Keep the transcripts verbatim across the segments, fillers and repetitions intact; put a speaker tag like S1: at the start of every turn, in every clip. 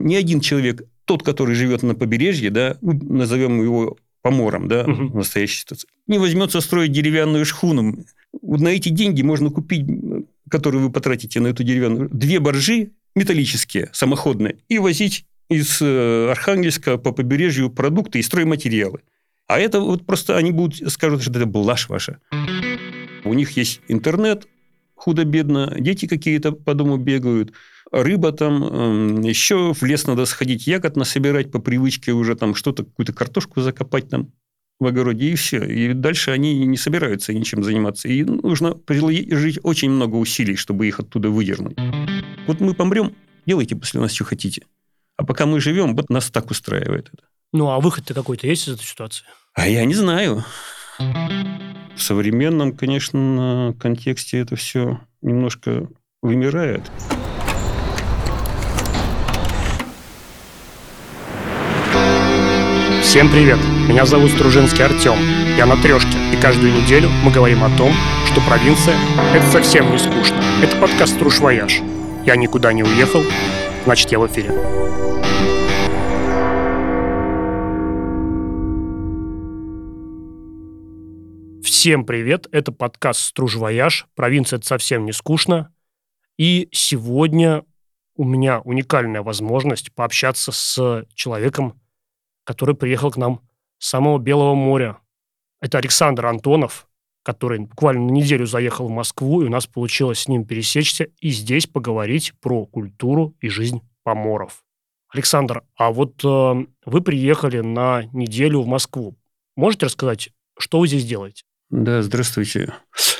S1: Ни один человек, тот, который живет на побережье, да, назовем его помором, да, угу. в настоящей ситуации, не возьмется строить деревянную шхуну. На эти деньги можно купить, которые вы потратите на эту деревянную, две баржи металлические, самоходные, и возить из Архангельска по побережью продукты и стройматериалы. А это вот просто они будут скажут, что это блажь ваша. У них есть интернет, худо-бедно, дети какие-то по дому бегают, рыба там, еще в лес надо сходить, ягод насобирать по привычке уже там что-то, какую-то картошку закопать там в огороде, и все. И дальше они не собираются ничем заниматься. И нужно приложить очень много усилий, чтобы их оттуда выдернуть. Вот мы помрем, делайте после нас, что хотите. А пока мы живем, вот нас так устраивает это.
S2: Ну, а выход-то какой-то есть из этой ситуации?
S1: А я не знаю. В современном, конечно, контексте это все немножко вымирает.
S2: Всем привет! Меня зовут Стружинский Артем. Я на трешке, и каждую неделю мы говорим о том, что провинция – это совсем не скучно. Это подкаст «Струж Вояж». Я никуда не уехал, значит, я в эфире. Всем привет! Это подкаст «Струж Вояж». Провинция – это совсем не скучно. И сегодня у меня уникальная возможность пообщаться с человеком, который приехал к нам с самого Белого моря. Это Александр Антонов, который буквально на неделю заехал в Москву, и у нас получилось с ним пересечься и здесь поговорить про культуру и жизнь поморов. Александр, а вот э, вы приехали на неделю в Москву. Можете рассказать, что вы здесь делаете?
S1: Да, здравствуйте.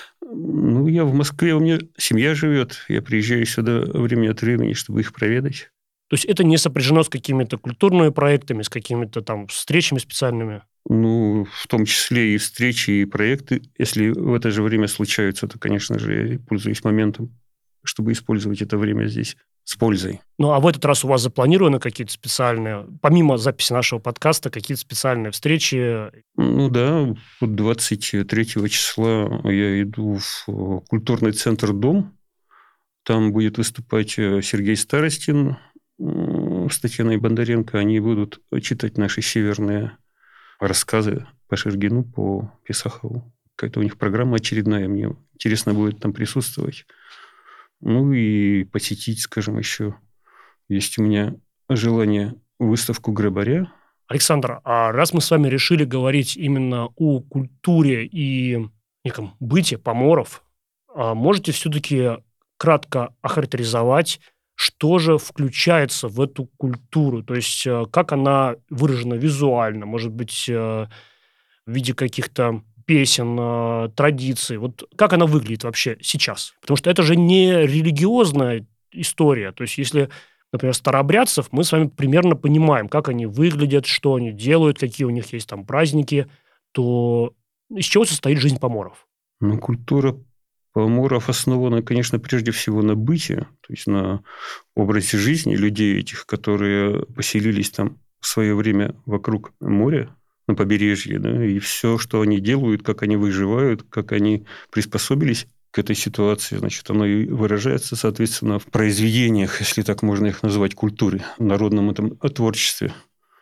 S1: Ну, я в Москве, у меня семья живет. Я приезжаю сюда время от времени, чтобы их проведать.
S2: То есть это не сопряжено с какими-то культурными проектами, с какими-то там встречами специальными?
S1: Ну, в том числе и встречи, и проекты. Если в это же время случаются, то, конечно же, я пользуюсь моментом, чтобы использовать это время здесь с пользой.
S2: Ну, а в этот раз у вас запланированы какие-то специальные, помимо записи нашего подкаста, какие-то специальные встречи?
S1: Ну да, двадцать третьего числа я иду в культурный центр «Дом». Там будет выступать Сергей Старостин с Татьяной Бондаренко. Они будут читать наши северные рассказы по Шергину, по Писахову. Какая-то у них программа очередная. Мне интересно будет там присутствовать. Ну и посетить, скажем, еще есть у меня желание выставку Грабаря.
S2: Александр, а раз мы с вами решили говорить именно о культуре и неком быте поморов, можете все-таки кратко охарактеризовать, что же включается в эту культуру? То есть как она выражена визуально, может быть, в виде каких-то песен, традиций. Вот как она выглядит вообще сейчас? Потому что это же не религиозная история. То есть если, например, старообрядцев, мы с вами примерно понимаем, как они выглядят, что они делают, какие у них есть там праздники, то из чего состоит жизнь поморов?
S1: Ну, культура поморов основана, конечно, прежде всего на быте, то есть на образе жизни людей этих, которые поселились там в свое время вокруг моря, на побережье, да, и все, что они делают, как они выживают, как они приспособились к этой ситуации, значит, оно и выражается, соответственно, в произведениях, если так можно их назвать, культуры, в народном этом творчестве.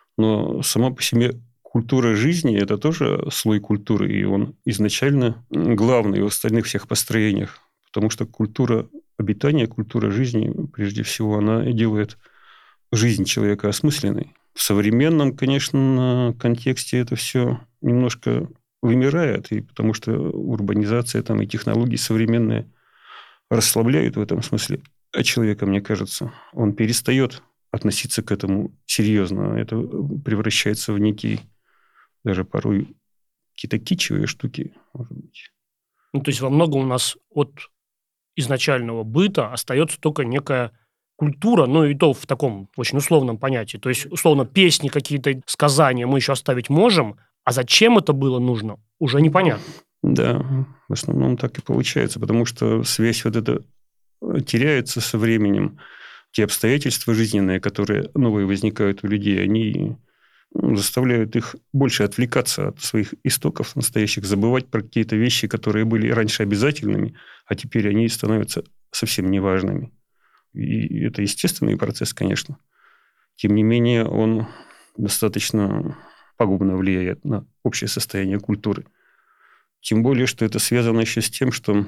S1: Но сама по себе культура жизни – это тоже слой культуры, и он изначально главный в остальных всех построениях, потому что культура обитания, культура жизни, прежде всего, она делает жизнь человека осмысленной. В современном, конечно, контексте это все немножко вымирает, и потому что урбанизация там, и технологии современные расслабляют в этом смысле. А человека, мне кажется, он перестает относиться к этому серьезно. Это превращается в некий, даже порой, какие-то кичевые штуки, может быть.
S2: Ну, то есть во многом у нас от изначального быта остается только некая культура, ну и то в таком очень условном понятии. То есть, условно, песни, какие-то сказания мы еще оставить можем, а зачем это было нужно, уже непонятно.
S1: Да, в основном так и получается, потому что связь вот эта теряется со временем. Те обстоятельства жизненные, которые новые возникают у людей, они заставляют их больше отвлекаться от своих истоков настоящих, забывать про какие-то вещи, которые были раньше обязательными, а теперь они становятся совсем неважными. И это естественный процесс, конечно. тем не менее он достаточно пагубно влияет на общее состояние культуры. Тем более, что это связано еще с тем, что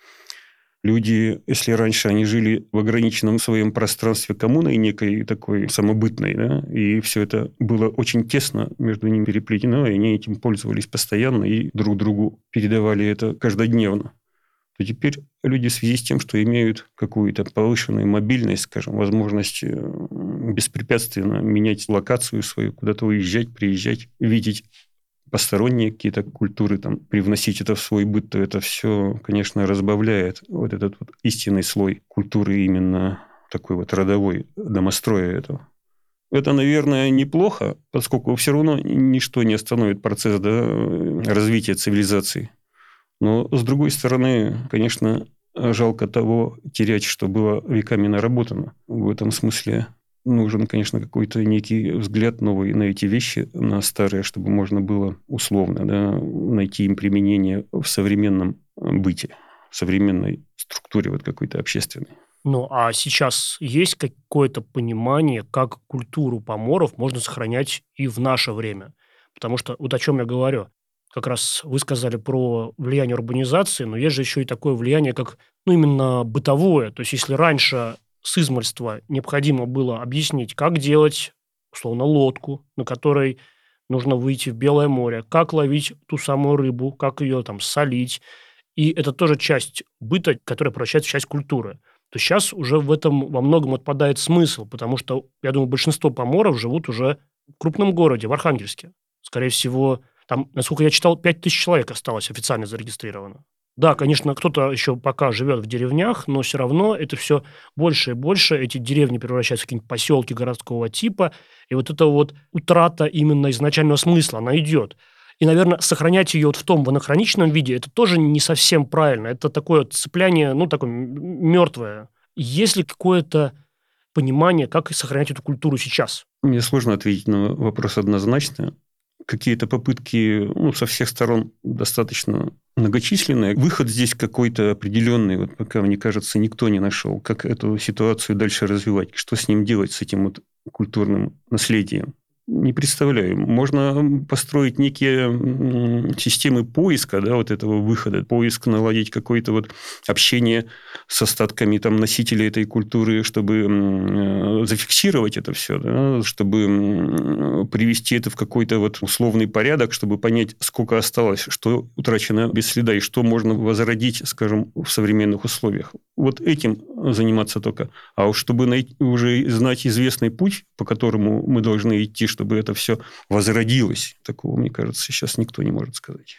S1: люди, если раньше они жили в ограниченном своем пространстве коммуной некой такой самобытной, да, и все это было очень тесно между ними переплетено, и они этим пользовались постоянно и друг другу передавали это каждодневно, то теперь люди в связи с тем, что имеют какую-то повышенную мобильность, скажем, возможность беспрепятственно менять локацию свою, куда-то уезжать, приезжать, видеть посторонние какие-то культуры, там, привносить это в свой быт, то это все, конечно, разбавляет вот этот вот истинный слой культуры именно такой вот родовой, домостроя этого. Это, наверное, неплохо, поскольку все равно ничто не остановит процесс, да, развития цивилизации. Но, с другой стороны, конечно, жалко того терять, что было веками наработано. В этом смысле нужен, конечно, какой-то некий взгляд новый на эти вещи, на старые, чтобы можно было условно, да, найти им применение в современном быте, в современной структуре вот какой-то общественной.
S2: Ну, а сейчас есть какое-то понимание, как культуру поморов можно сохранять и в наше время? Потому что вот о чем я говорю. Как раз вы сказали про влияние урбанизации, но есть же еще и такое влияние, как, ну, именно бытовое. То есть, если раньше с измольства необходимо было объяснить, как делать, условно, лодку, на которой нужно выйти в Белое море, как ловить ту самую рыбу, как ее там солить. И это тоже часть быта, которая превращается в часть культуры. То сейчас уже в этом во многом отпадает смысл, потому что, я думаю, большинство поморов живут уже в крупном городе, в Архангельске. Скорее всего, там, насколько я читал, пять тысяч человек осталось официально зарегистрировано. Да, конечно, кто-то еще пока живет в деревнях, но все равно это все больше и больше. Эти деревни превращаются в какие-нибудь поселки городского типа. И вот эта вот утрата именно изначального смысла, она идет. И, наверное, сохранять ее вот в том в анахроничном виде, это тоже не совсем правильно. Это такое цепляние, ну, такое мертвое. Есть ли какое-то понимание, как сохранять эту культуру сейчас?
S1: Мне сложно ответить на вопрос однозначно. Какие-то попытки, ну, со всех сторон достаточно многочисленные. Выход здесь какой-то определенный, вот пока, мне кажется, никто не нашел. Как эту ситуацию дальше развивать, что с ним делать, с этим вот культурным наследием. Не представляю. Можно построить некие системы поиска, да, вот этого выхода. Поиск, наладить какое-то вот общение с остатками там, носителей этой культуры, чтобы зафиксировать это все, да, чтобы привести это в какой-то вот условный порядок, чтобы понять, сколько осталось, что утрачено без следа и что можно возродить, скажем, в современных условиях. Вот этим заниматься только. А уж чтобы найти, уже знать известный путь, по которому мы должны идти, чтобы это все возродилось. Такого, мне кажется, сейчас никто не может сказать.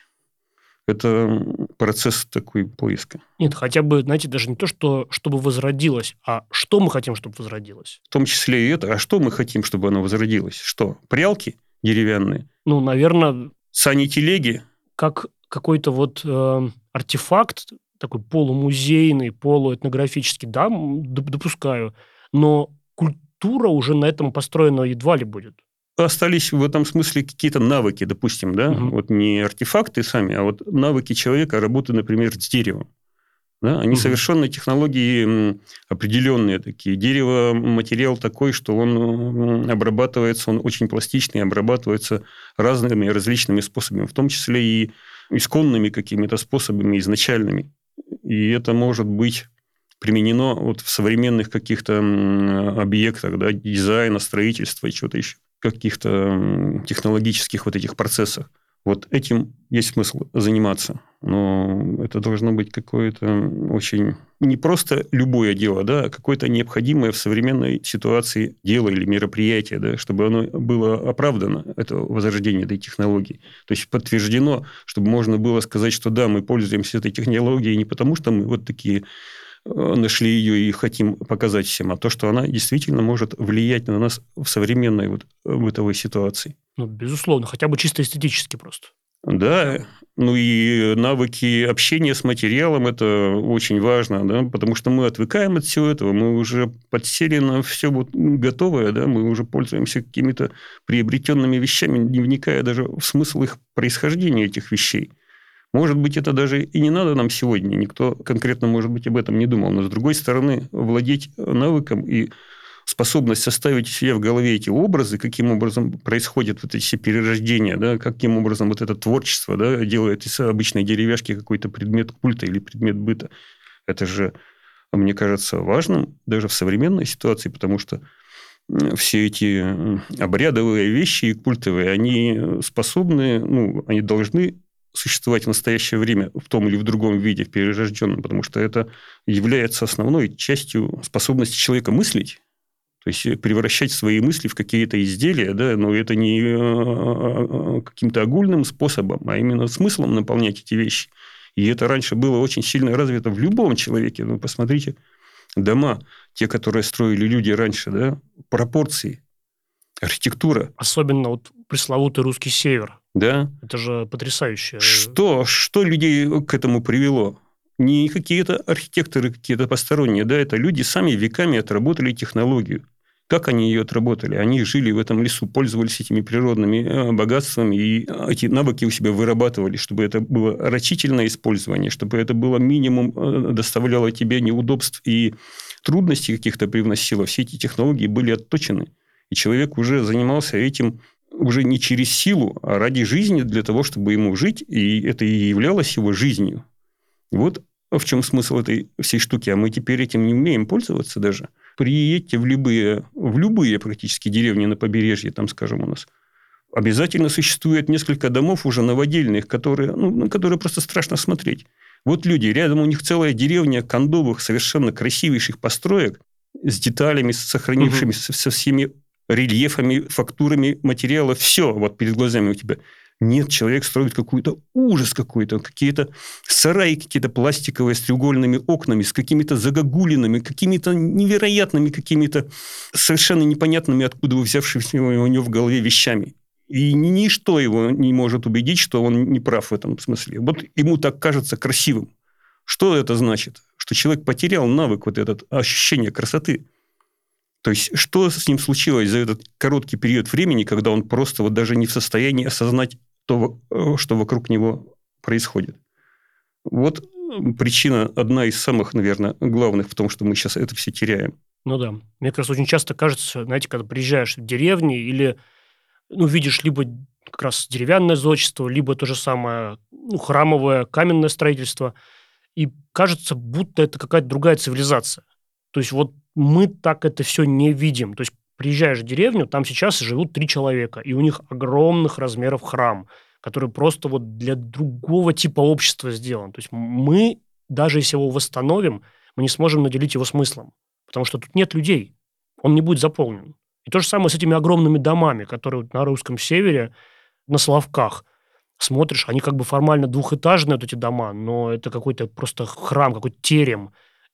S1: Это процесс такой поиска.
S2: Нет, хотя бы, знаете, даже не то, что чтобы возродилось, а что мы хотим, чтобы возродилось.
S1: В том числе и это. А что мы хотим, чтобы оно возродилось? Что? Прялки деревянные?
S2: Ну, наверное...
S1: Сани-телеги?
S2: Как какой-то вот э, артефакт, такой полумузейный, полуэтнографический, да, допускаю. Но культура уже на этом построена едва ли будет.
S1: Остались в этом смысле какие-то навыки, допустим, да, угу. Вот не артефакты сами, а вот навыки человека работы, например, с деревом. Да? Они угу. совершенно технологии определенные такие. Дерево материал такой, что он обрабатывается, он очень пластичный, обрабатывается разными различными способами, в том числе и исконными какими-то способами, изначальными. И это может быть применено вот в современных каких-то объектах, да, дизайна, строительства и чего-то еще, каких-то технологических вот этих процессах. Вот этим есть смысл заниматься. Но это должно быть какое-то очень... Не просто любое дело, да, а какое-то необходимое в современной ситуации дело или мероприятие, да, чтобы оно было оправдано, это возрождение этой технологии. То есть подтверждено, чтобы можно было сказать, что да, мы пользуемся этой технологией не потому, что мы вот такие нашли ее и хотим показать всем, а то, что она действительно может влиять на нас в современной вот бытовой ситуации.
S2: Ну, безусловно, хотя бы чисто эстетически просто.
S1: Да, ну и навыки общения с материалом – это очень важно, да, потому что мы отвыкаем от всего этого, мы уже подсели на все вот готовое, да, мы уже пользуемся какими-то приобретенными вещами, не вникая даже в смысл их происхождения, этих вещей. Может быть, это даже и не надо нам сегодня, никто конкретно, может быть, об этом не думал, но, с другой стороны, владеть навыком и способность составить себе в голове эти образы, каким образом происходят вот эти все перерождения, да, каким образом вот это творчество, да, делает из обычной деревяшки какой-то предмет культа или предмет быта. Это же, мне кажется, важным даже в современной ситуации, потому что все эти обрядовые вещи и культовые, они способны, ну, они должны существовать в настоящее время в том или в другом виде, в перерожденном, потому что это является основной частью способности человека мыслить, то есть превращать свои мысли в какие-то изделия, да, но это не каким-то огульным способом, а именно смыслом наполнять эти вещи. И это раньше было очень сильно развито в любом человеке. Ну, посмотрите, дома, те, которые строили люди раньше, да, пропорции, архитектура.
S2: Особенно вот пресловутый русский север.
S1: Да.
S2: Это же потрясающе.
S1: Что, что людей к этому привело? Не какие-то архитекторы, какие-то посторонние, да, это люди сами веками отработали технологию. Как они ее отработали? Они жили в этом лесу, пользовались этими природными богатствами, и эти навыки у себя вырабатывали, чтобы это было рачительное использование, чтобы это было минимум, доставляло тебе неудобств и трудностей каких-то привносило. Все эти технологии были отточены. И человек уже занимался этим уже не через силу, а ради жизни, для того, чтобы ему жить, и это и являлось его жизнью. Вот в чем смысл этой всей штуки. А мы теперь этим не умеем пользоваться даже. Приедьте в любые, в любые практически деревни на побережье, там, скажем, у нас, обязательно существует несколько домов уже новодельных, которые, ну, на которые просто страшно смотреть. Вот люди, рядом у них целая деревня кондовых, совершенно красивейших построек с деталями, с сохранившимися, угу. со всеми рельефами, фактурами материала. Все вот перед глазами у тебя. Нет, человек строит какой-то ужас какой-то, какие-то сараи какие-то пластиковые с треугольными окнами, с какими-то загогулинами, какими-то невероятными, какими-то совершенно непонятными, откуда взявшимися у него в голове вещами. И ничто его не может убедить, что он не прав в этом смысле. Вот ему так кажется красивым. Что это значит? Что человек потерял навык, вот это ощущение красоты. То есть, что с ним случилось за этот короткий период времени, когда он просто вот даже не в состоянии осознать то, что вокруг него происходит. Вот причина, одна из самых, наверное, главных в том, что мы сейчас это все теряем.
S2: Ну да. Мне как раз очень часто кажется, знаете, когда приезжаешь в деревни или ну, видишь либо как раз деревянное зодчество, либо то же самое ну, храмовое, каменное строительство, и кажется, будто это какая-то другая цивилизация. То есть, вот мы так это все не видим. То есть, приезжаешь в деревню, там сейчас живут три человека, и у них огромных размеров храм, который просто вот для другого типа общества сделан. То есть, мы, даже если его восстановим, мы не сможем наделить его смыслом, потому что тут нет людей, он не будет заполнен. И то же самое с этими огромными домами, которые вот на русском севере, на Соловках, смотришь, они как бы формально двухэтажные, вот эти дома, но это какой-то просто храм, какой-то терем.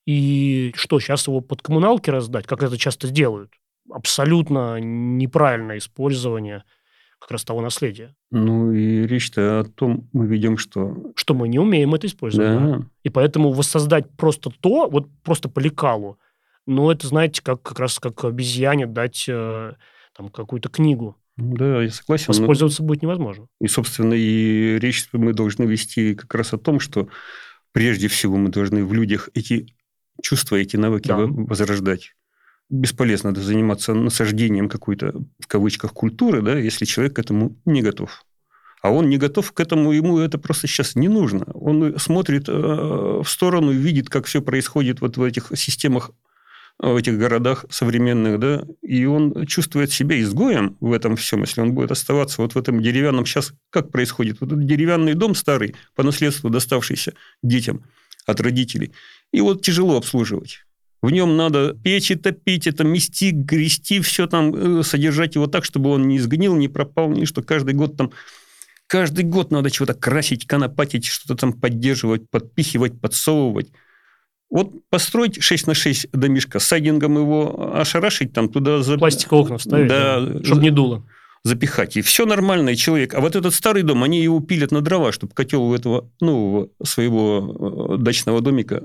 S2: И что, сейчас его под коммуналки раздать, как это часто делают? Абсолютно неправильное использование как раз того наследия.
S1: Ну, и речь-то о том, мы видим, что...
S2: Что мы не умеем это использовать.
S1: Да.
S2: Да? И поэтому воссоздать просто то, вот просто по лекалу, ну, это, знаете, как как раз как обезьяне дать э, там какую-то книгу.
S1: Да, я согласен.
S2: Воспользоваться но... будет невозможно.
S1: И, собственно, и речь мы должны вести как раз о том, что прежде всего мы должны в людях эти чувства, эти навыки да. возрождать. Бесполезно заниматься насаждением какой-то, в кавычках, культуры, да, если человек к этому не готов. А он не готов к этому, ему это просто сейчас не нужно. Он смотрит э, в сторону, видит, как все происходит вот в этих системах, в этих городах современных, да, и он чувствует себя изгоем в этом всем, если он будет оставаться вот в этом деревянном. Сейчас как происходит? Вот этот деревянный дом старый, по наследству доставшийся детям от родителей, и вот тяжело обслуживать. В нем надо печи топить, это мести, грести, все там, содержать его так, чтобы он не сгнил, не пропал, ни что каждый год там... Каждый год надо чего-то красить, конопатить, что-то там поддерживать, подпихивать, подсовывать. Вот построить шесть на шесть домишко, сайдингом его ошарашить, там туда... За...
S2: Пластиковые окна вставить, да, да, чтобы не дуло.
S1: Запихать. И все нормально, и человек. А вот этот старый дом, они его пилят на дрова, чтобы котел у этого нового своего дачного домика...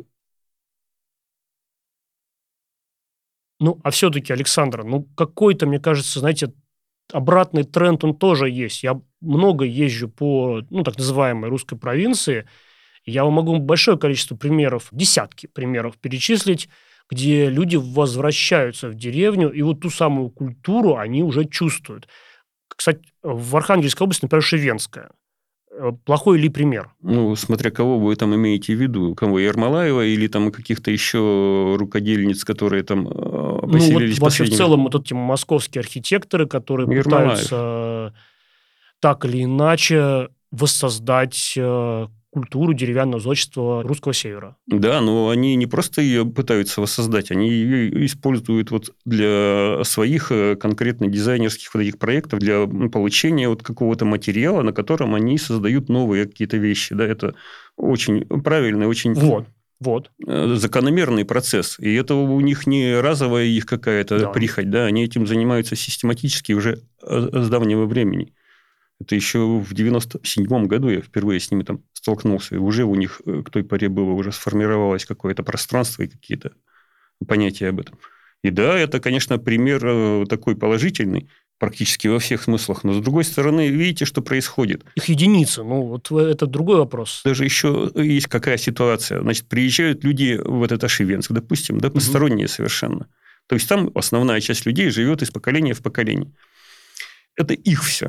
S2: Ну, а все-таки, Александр, ну, какой-то, мне кажется, знаете, обратный тренд, он тоже есть. Я много езжу по, ну, так называемой русской провинции. Я вам могу большое количество примеров, десятки примеров перечислить. где люди возвращаются в деревню, и вот ту самую культуру они уже чувствуют. Кстати, в Архангельской области, например, Шивенская. Э, Плохой ли пример?
S1: Ну, смотря кого вы там имеете в виду. Кого, Ермолаева или там каких-то еще рукодельниц, которые там э,
S2: Ну, вот
S1: поселились
S2: вообще в
S1: последними?
S2: целом вот эти московские архитекторы, которые
S1: Ермолаев.
S2: пытаются так или иначе воссоздать э, культуру деревянного зодчества русского севера.
S1: Да, но они не просто ее пытаются воссоздать, они ее используют вот для своих э, конкретно дизайнерских вот этих проектов, для м, получения вот какого-то материала, на котором они создают новые какие-то вещи. Да, это очень правильный, очень
S2: Вот, вот,
S1: э, закономерный процесс. И это у них не разовая их какая-то
S2: да.
S1: прихоть, да, они этим занимаются систематически уже э, с давнего времени. Это еще в девяносто седьмом году я впервые с ними там столкнулся. И уже у них э, к той поре было, уже сформировалось какое-то пространство и какие-то понятия об этом. И да, это, конечно, пример э, такой положительный практически во всех смыслах. Но, с другой стороны, видите, что происходит.
S2: Их единицы, ну вот в- это другой вопрос.
S1: Даже еще есть какая ситуация. Значит, приезжают люди в этот Ошивенск, допустим, да,
S2: Мгм.
S1: посторонние совершенно. То есть, там основная часть людей живет из поколения в поколение. Это их все.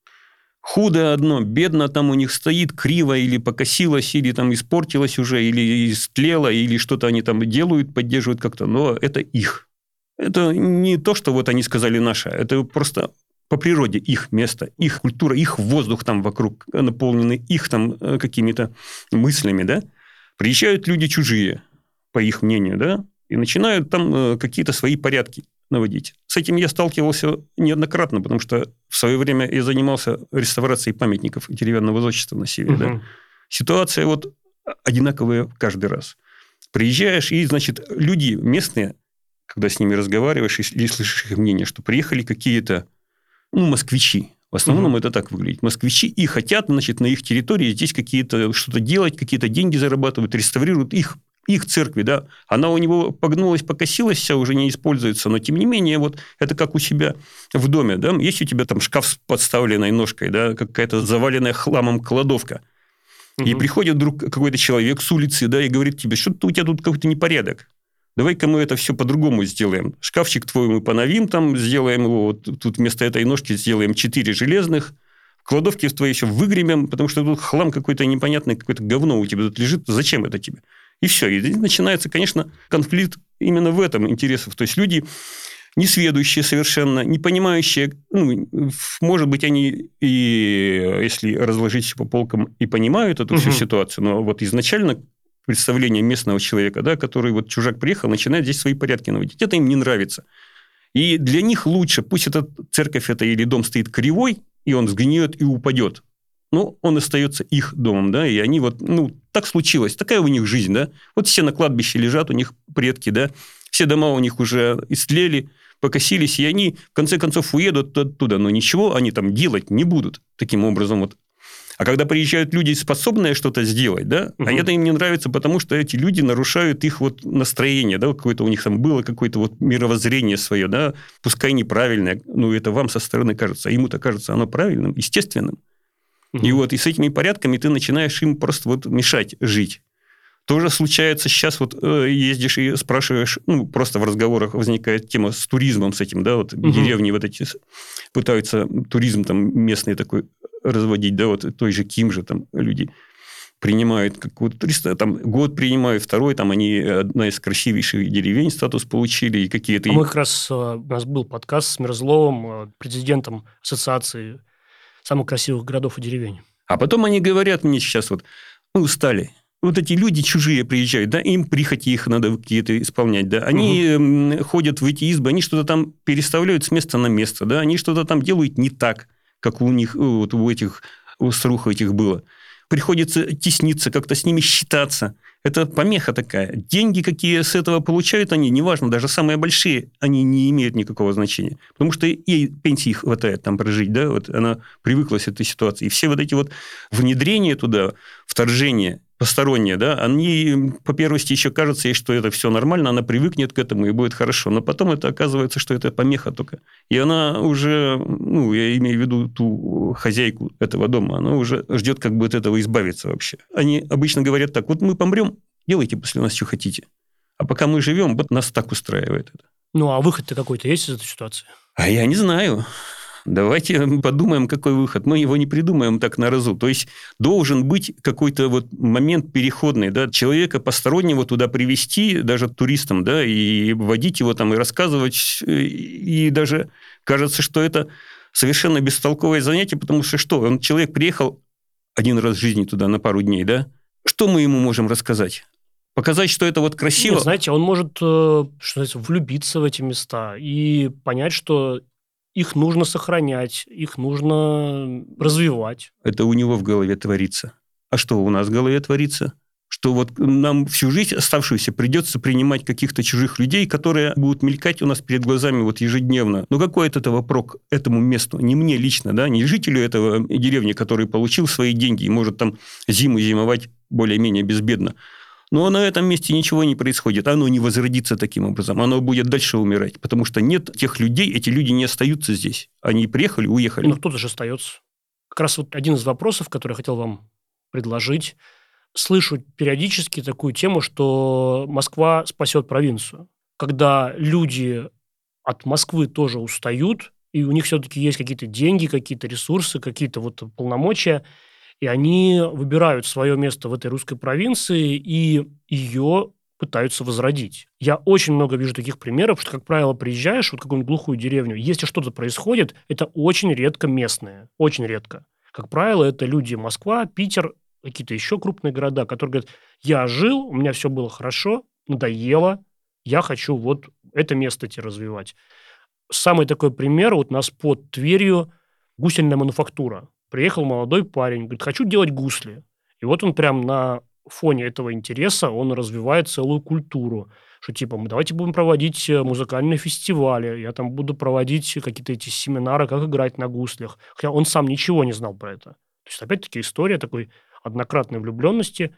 S1: Худо одно, бедно там у них стоит, криво или покосилось, или там испортилось уже, или истлело, или что-то они там делают, поддерживают как-то, но это их. Это не то, что вот они сказали наше, это просто по природе их место, их культура, их воздух там вокруг наполненный их там э, какими-то мыслями, да. Приезжают люди чужие, по их мнению, да, и начинают там э, какие-то свои порядки наводить. С этим я сталкивался неоднократно, потому что в свое время я занимался реставрацией памятников деревянного зодчества на севере. Да?
S2: Мгм.
S1: Ситуация вот одинаковая каждый раз. Приезжаешь, и, значит, люди местные, когда с ними разговариваешь и слышишь их мнение, что приехали какие-то, ну, москвичи. В основном
S2: Мгм.
S1: это так выглядит. Москвичи и хотят, значит, на их территории здесь какие-то что-то делать, какие-то деньги зарабатывают, реставрируют их их церкви, да, она у него погнулась, покосилась, вся уже не используется, но тем не менее, вот это как у себя в доме, да, есть у тебя там шкаф с подставленной ножкой, да, какая-то заваленная хламом кладовка, и
S2: Мгм.
S1: приходит вдруг какой-то человек с улицы, да, и говорит тебе, что-то у тебя тут какой-то непорядок, давай-ка мы это все по-другому сделаем, шкафчик твой мы поновим, там, сделаем его, вот тут вместо этой ножки сделаем четыре железных, кладовки в твои еще выгремем, потому что тут хлам какой-то непонятный, какое-то говно у тебя тут лежит, зачем это тебе? И все. И начинается, конечно, конфликт именно в этом интересов. То есть, люди несведущие совершенно, не понимающие, ну, может быть, они, и если разложить все по полкам, и понимают эту всю
S2: Мгм.
S1: ситуацию, но вот изначально представление местного человека, да, который вот чужак приехал, начинает здесь свои порядки наводить. Это им не нравится. И для них лучше, пусть эта церковь это или дом стоит кривой, и он сгниет и упадет. Но он остается их домом, да, и они вот, ну, так случилось, такая у них жизнь, да. Вот все на кладбище лежат, у них предки, да, все дома у них уже истлели, покосились, и они, в конце концов, уедут оттуда, но ничего они там делать не будут таким образом вот. А когда приезжают люди, способные что-то сделать, да,
S2: Мгм.
S1: а это им не нравится, потому что эти люди нарушают их вот настроение, да, какое-то у них там было какое-то вот мировоззрение свое, да, пускай неправильное, но это вам со стороны кажется, а ему-то кажется оно правильным, естественным.
S2: Мгм.
S1: И вот и с этими порядками ты начинаешь им просто вот мешать жить. Тоже случается сейчас, вот э, ездишь и спрашиваешь, ну, просто в разговорах возникает тема с туризмом, с этим, да, вот
S2: Мгм.
S1: деревни вот эти пытаются туризм там местный такой разводить, да, вот той же Ким же там люди принимают какого-то туриста, там год принимают, второй, там они одна из красивейших деревень статус получили, и какие-то...
S2: А мы как раз, э, у нас был подкаст с Мирзловым, э, президентом Ассоциации самых красивых городов и деревень.
S1: А потом они говорят мне сейчас вот, мы устали. Вот эти люди чужие приезжают, да, им прихоти их надо какие-то исполнять, да. Они м, ходят в эти избы, они что-то там переставляют с места на место, да, они что-то там делают не так, как у них, вот у этих, у старух этих было. Приходится тесниться, как-то с ними считаться. Это помеха такая. Деньги, какие с этого получают они, неважно, даже самые большие, они не имеют никакого значения. Потому что ей пенсии хватает там прожить, да, вот она привыкла с этой ситуации. И все вот эти вот внедрения туда, вторжения посторонние, да, они по первости еще кажется ей, что это все нормально, она привыкнет к этому и будет хорошо. Но потом это оказывается, что это помеха только. И она уже, ну, я имею в виду ту хозяйку этого дома, она уже ждет как бы от этого избавиться вообще. Они обычно говорят так, вот мы помрем, делайте после нас, что хотите. А пока мы живем, вот нас так устраивает это.
S2: Ну, а выход-то какой-то есть из этой ситуации?
S1: А я не знаю. Давайте подумаем, какой выход. Мы его не придумаем так на разу. То есть должен быть какой-то вот момент переходный, да, человека постороннего туда привести, даже туристам, да, и водить его там, и рассказывать. И даже кажется, что это совершенно бестолковое занятие, потому что что? Он, человек приехал один раз в жизни туда на пару дней, да? Что мы ему можем рассказать? Показать, что это вот красиво?
S2: Нет, знаете, он может, что называется, влюбиться в эти места и понять, что их нужно сохранять, их нужно развивать.
S1: Это у него в голове творится. А что у нас в голове творится? Что вот нам всю жизнь оставшуюся придется принимать каких-то чужих людей, которые будут мелькать у нас перед глазами вот ежедневно. Ну, какой от этого прок этому месту? Не мне лично, да, не жителю этого деревни, который получил свои деньги и может там зиму зимовать более-менее безбедно. Но на этом месте ничего не происходит. Оно не возродится таким образом. Оно будет дальше умирать. Потому что нет тех людей, эти люди не остаются здесь. Они приехали, уехали.
S2: Ну, кто-то же остается. Как раз вот один из вопросов, который я хотел вам предложить. Слышу периодически такую тему, что Москва спасет провинцию. Когда люди от Москвы тоже устают, и у них все-таки есть какие-то деньги, какие-то ресурсы, какие-то вот полномочия, и они выбирают свое место в этой русской провинции и ее пытаются возродить. Я очень много вижу таких примеров, что, как правило, приезжаешь в вот какую-нибудь глухую деревню, если что-то происходит, это очень редко местные, очень редко. Как правило, это люди Москва, Питер, какие-то еще крупные города, которые говорят, я жил, у меня все было хорошо, надоело, я хочу вот это место тебе развивать. Самый такой пример, вот у нас под Тверью гусельная мануфактура. Приехал молодой парень, говорит, хочу делать гусли. И вот он прям на фоне этого интереса, он развивает целую культуру. Что типа, мы давайте будем проводить музыкальные фестивали, я там буду проводить какие-то эти семинары, как играть на гуслях. Хотя он сам ничего не знал про это. То есть, опять-таки, история такой однократной влюбленности.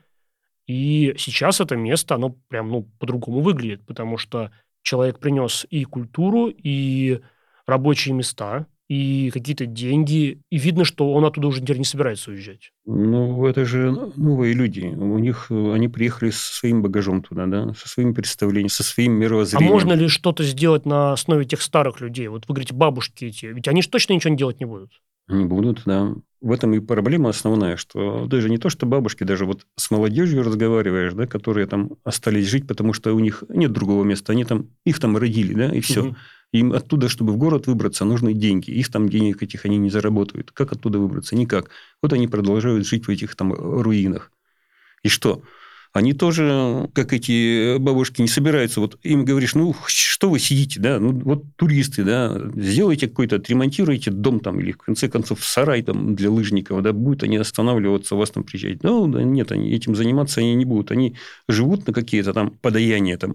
S2: И сейчас это место, оно прям, ну, по-другому выглядит, потому что человек принес и культуру, и рабочие места, и какие-то деньги, и видно, что он оттуда уже теперь не собирается уезжать.
S1: Ну, это же новые люди. У них они приехали со своим багажом туда, да, со своим представлением, со своим
S2: А
S1: мировоззрением.
S2: можно ли что-то сделать на основе тех старых людей? Вот вы говорите, бабушки эти, ведь они же точно ничего не делать не будут.
S1: Они будут, да. В этом и проблема основная, что даже не то, что бабушки, даже вот с молодежью разговариваешь, да, которые там остались жить, потому что у них нет другого места, они там, их там родили, да, и все.
S2: Мгм.
S1: Им оттуда, чтобы в город выбраться, нужны деньги. Их там денег этих они не заработают. Как оттуда выбраться? Никак. Вот они продолжают жить в этих там руинах. И что? Они тоже, как эти бабушки, не собираются. Вот им говоришь, ну, что вы сидите, да? Ну, вот туристы, да, сделайте какой-то, отремонтируйте дом там, или, в конце концов, сарай там для лыжников, да, будут они останавливаться, у вас там приезжать. Ну, да, нет, они этим заниматься они не будут. Они живут на какие-то там подаяния там.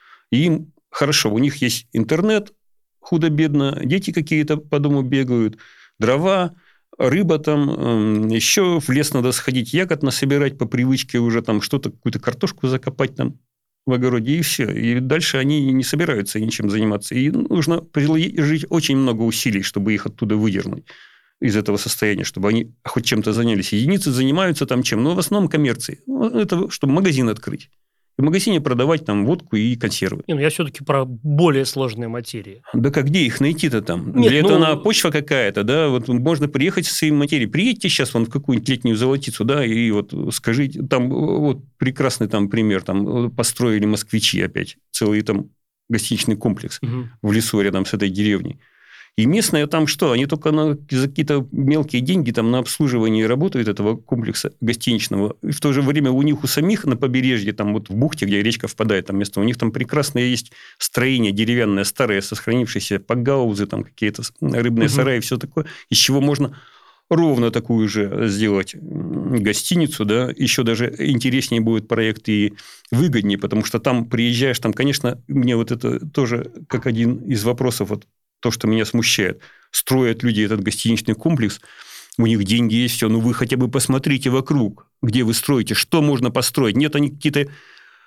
S1: И им хорошо, у них есть интернет, худо-бедно, дети какие-то по дому бегают, дрова, рыба там, еще в лес надо сходить, ягод насобирать по привычке уже там что-то, какую-то картошку закопать там в огороде, и все. И дальше они не собираются ничем заниматься. И нужно приложить очень много усилий, чтобы их оттуда выдернуть из этого состояния, чтобы они хоть чем-то занялись. Единицы занимаются там чем? Ну, в основном коммерцией. Это чтобы магазин открыть. В магазине продавать там водку и консервы.
S2: Не, ну я все-таки про более сложные материи.
S1: Да как где их найти-то там?
S2: Нет,
S1: Для
S2: ну-
S1: этого надо почва какая-то, да? Вот можно приехать со своей материей. Приедьте сейчас вон в какую-нибудь летнюю Золотицу, да, и вот скажите, там вот прекрасный там пример, там построили москвичи опять целый там гостиничный комплекс
S2: Мгм.
S1: в лесу рядом с этой деревней. И местные там что? Они только на, за какие-то мелкие деньги там на обслуживание работают этого комплекса гостиничного. И в то же время у них у самих на побережье, там вот в бухте, где речка впадает, там место, у них там прекрасное есть строение деревянное, старое, сохранившееся пакгаузы, там какие-то рыбные
S2: Мгм.
S1: сараи, все такое, из чего можно ровно такую же сделать гостиницу, да, еще даже интереснее будет проект и выгоднее, потому что там приезжаешь, там, конечно, мне вот это тоже как один из вопросов, вот то, что меня смущает. Строят люди этот гостиничный комплекс, у них деньги есть, все, ну вы хотя бы посмотрите вокруг, где вы строите, что можно построить. Нет, они какие-то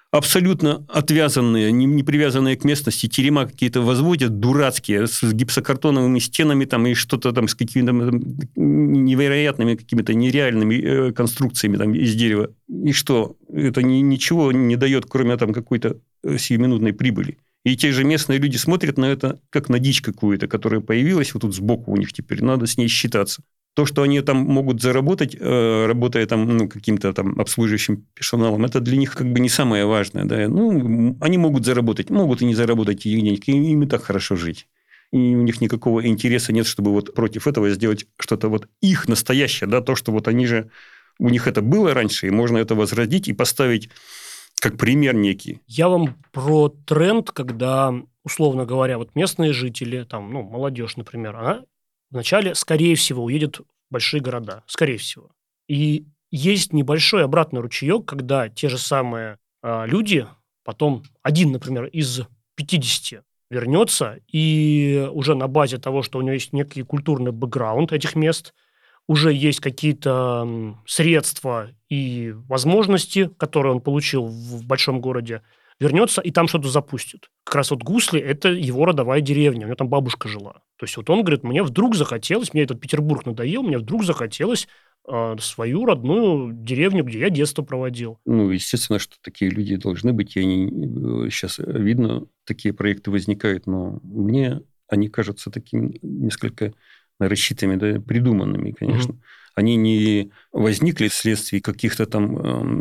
S1: абсолютно отвязанные, не, не привязанные к местности, терема какие-то возводят, дурацкие, с гипсокартоновыми стенами там, и что-то там с какими-то там, невероятными, какими-то нереальными э, конструкциями там, из дерева. И что? Это ни, ничего не дает, кроме там, какой-то сиюминутной прибыли. И те же местные люди смотрят на это, как на дичь какую-то, которая появилась вот тут сбоку у них теперь, надо с ней считаться. То, что они там могут заработать, работая там, ну, каким-то там обслуживающим персоналом, это для них как бы не самое важное. Да? Ну, они могут заработать, могут и не заработать денег, им и так хорошо жить. И у них никакого интереса нет, чтобы вот против этого сделать что-то вот их настоящее, да, то, что вот они же, у них это было раньше, и можно это возродить и поставить как пример некий.
S2: Я вам про тренд, когда, условно говоря, вот местные жители, там, ну, молодежь, например, она вначале, скорее всего, уедет в большие города. Скорее всего. И есть небольшой обратный ручеек, когда те же самые э, люди, потом один, например, из пятидесяти вернется, и уже на базе того, что у него есть некий культурный бэкграунд этих мест, уже есть какие-то средства и возможности, которые он получил в большом городе, вернется и там что-то запустит. Как раз вот Гусли – это его родовая деревня, у него там бабушка жила. То есть вот он говорит, мне вдруг захотелось, мне этот Петербург надоел, мне вдруг захотелось э, свою родную деревню, где я детство проводил.
S1: Ну, естественно, что такие люди должны быть, и они сейчас видно, такие проекты возникают, но мне они кажутся такими несколько рассчитанными, да, придуманными, конечно. Mm-hmm. Они не возникли вследствие каких-то там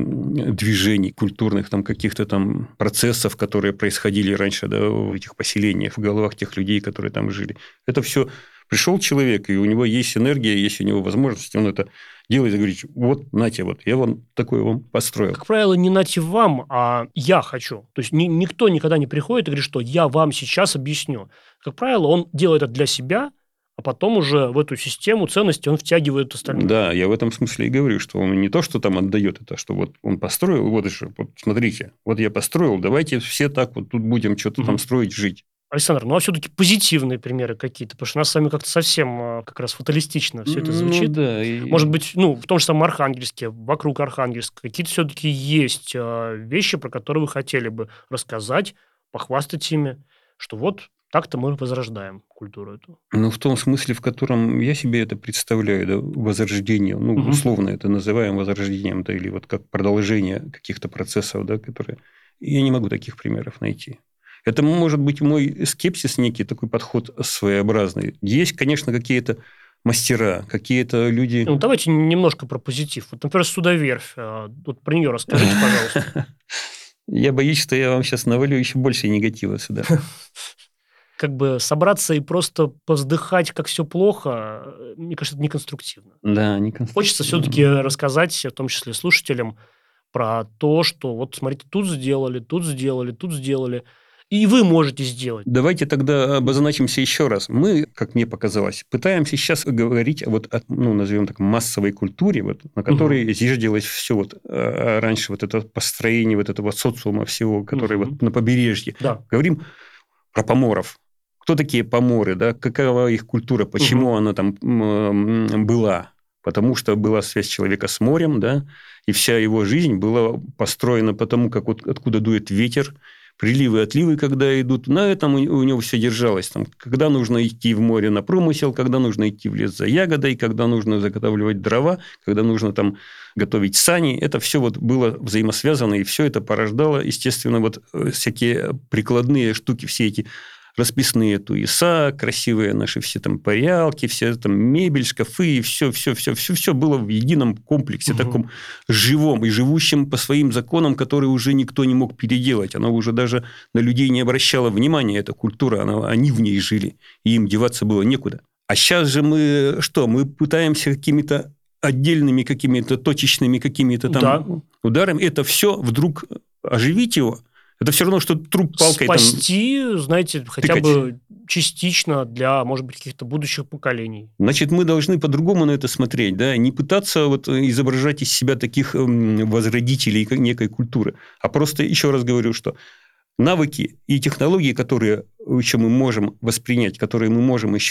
S1: э, движений культурных, там, каких-то там процессов, которые происходили раньше, да, в этих поселениях, в головах тех людей, которые там жили. Это все пришел человек, и у него есть энергия, есть у него возможность, он это делает и говорит, вот, нате, вот, я вам такое вам построил.
S2: Как правило, не нате вам, а я хочу. То есть ни, никто никогда не приходит и говорит, что я вам сейчас объясню. Как правило, он делает это для себя, а потом уже в эту систему ценностей он втягивает остальных.
S1: Да, я в этом смысле и говорю, что он не то, что там отдает это, что вот он построил, вот еще, вот смотрите, вот я построил, давайте все так вот тут будем что-то mm-hmm. там строить, жить.
S2: Александр, ну а все-таки позитивные примеры какие-то, потому что у нас с вами как-то совсем как раз фаталистично все это звучит.
S1: Ну, да, и...
S2: Может быть, ну, в том же самом Архангельске, вокруг Архангельска, какие-то все-таки есть вещи, про которые вы хотели бы рассказать, похвастать ими, что вот так-то мы возрождаем культуру эту.
S1: Ну, в том смысле, в котором я себе это представляю, да, возрождение, ну, угу. условно это называем возрождением, да, или вот как продолжение каких-то процессов, да, которые... Я не могу таких примеров найти. Это может быть мой скепсис, некий такой подход своеобразный. Есть, конечно, какие-то мастера, какие-то люди...
S2: Ну, давайте немножко про позитив. Вот, например, Судоверфь. Вот про нее расскажите, пожалуйста.
S1: Я боюсь, что я вам сейчас навалю еще больше негатива сюда.
S2: Как бы собраться и просто повздыхать, как все плохо, мне кажется, это неконструктивно.
S1: Да, неконструктивно.
S2: Хочется все-таки рассказать, в том числе слушателям, про то, что вот, смотрите, тут сделали, тут сделали, тут сделали. И вы можете сделать.
S1: Давайте тогда обозначимся еще раз. Мы, как мне показалось, пытаемся сейчас говорить вот о, ну, назовем так, массовой культуре, вот, на которой угу. зиждилось все вот, а раньше вот это построение вот этого социума всего, который угу. вот на побережье.
S2: Да.
S1: Говорим про поморов. Кто такие поморы, да? Какова их культура, почему угу. она там была? Потому что была связь человека с морем, да, и вся его жизнь была построена по тому, как вот откуда дует ветер, приливы, отливы, когда идут. На этом у него все держалось. Там, когда нужно идти в море на промысел, когда нужно идти в лес за ягодой, когда нужно заготавливать дрова, когда нужно там готовить сани. Это все вот было взаимосвязано, и все это порождало, естественно, вот всякие прикладные штуки, все эти расписные туеса, красивые наши все там парялки, все там мебель, шкафы, и все, все, все, все, все было в едином комплексе, угу. таком живом и живущем по своим законам, которые уже никто не мог переделать. Она уже даже на людей не обращала внимания, эта культура, она, они в ней жили, и им деваться было некуда. А сейчас же мы что? Мы пытаемся какими-то отдельными, какими-то точечными, какими-то там да. ударами это все вдруг оживить его. Это все равно, что труп палкой...
S2: Спасти, там, знаете, хотя тыкать. Бы частично для, может быть, каких-то будущих поколений.
S1: Значит, мы должны по-другому на это смотреть, да, не пытаться вот изображать из себя таких возродителей некой культуры, а просто, еще раз говорю, что навыки и технологии, которые еще мы можем воспринять, которые мы можем еще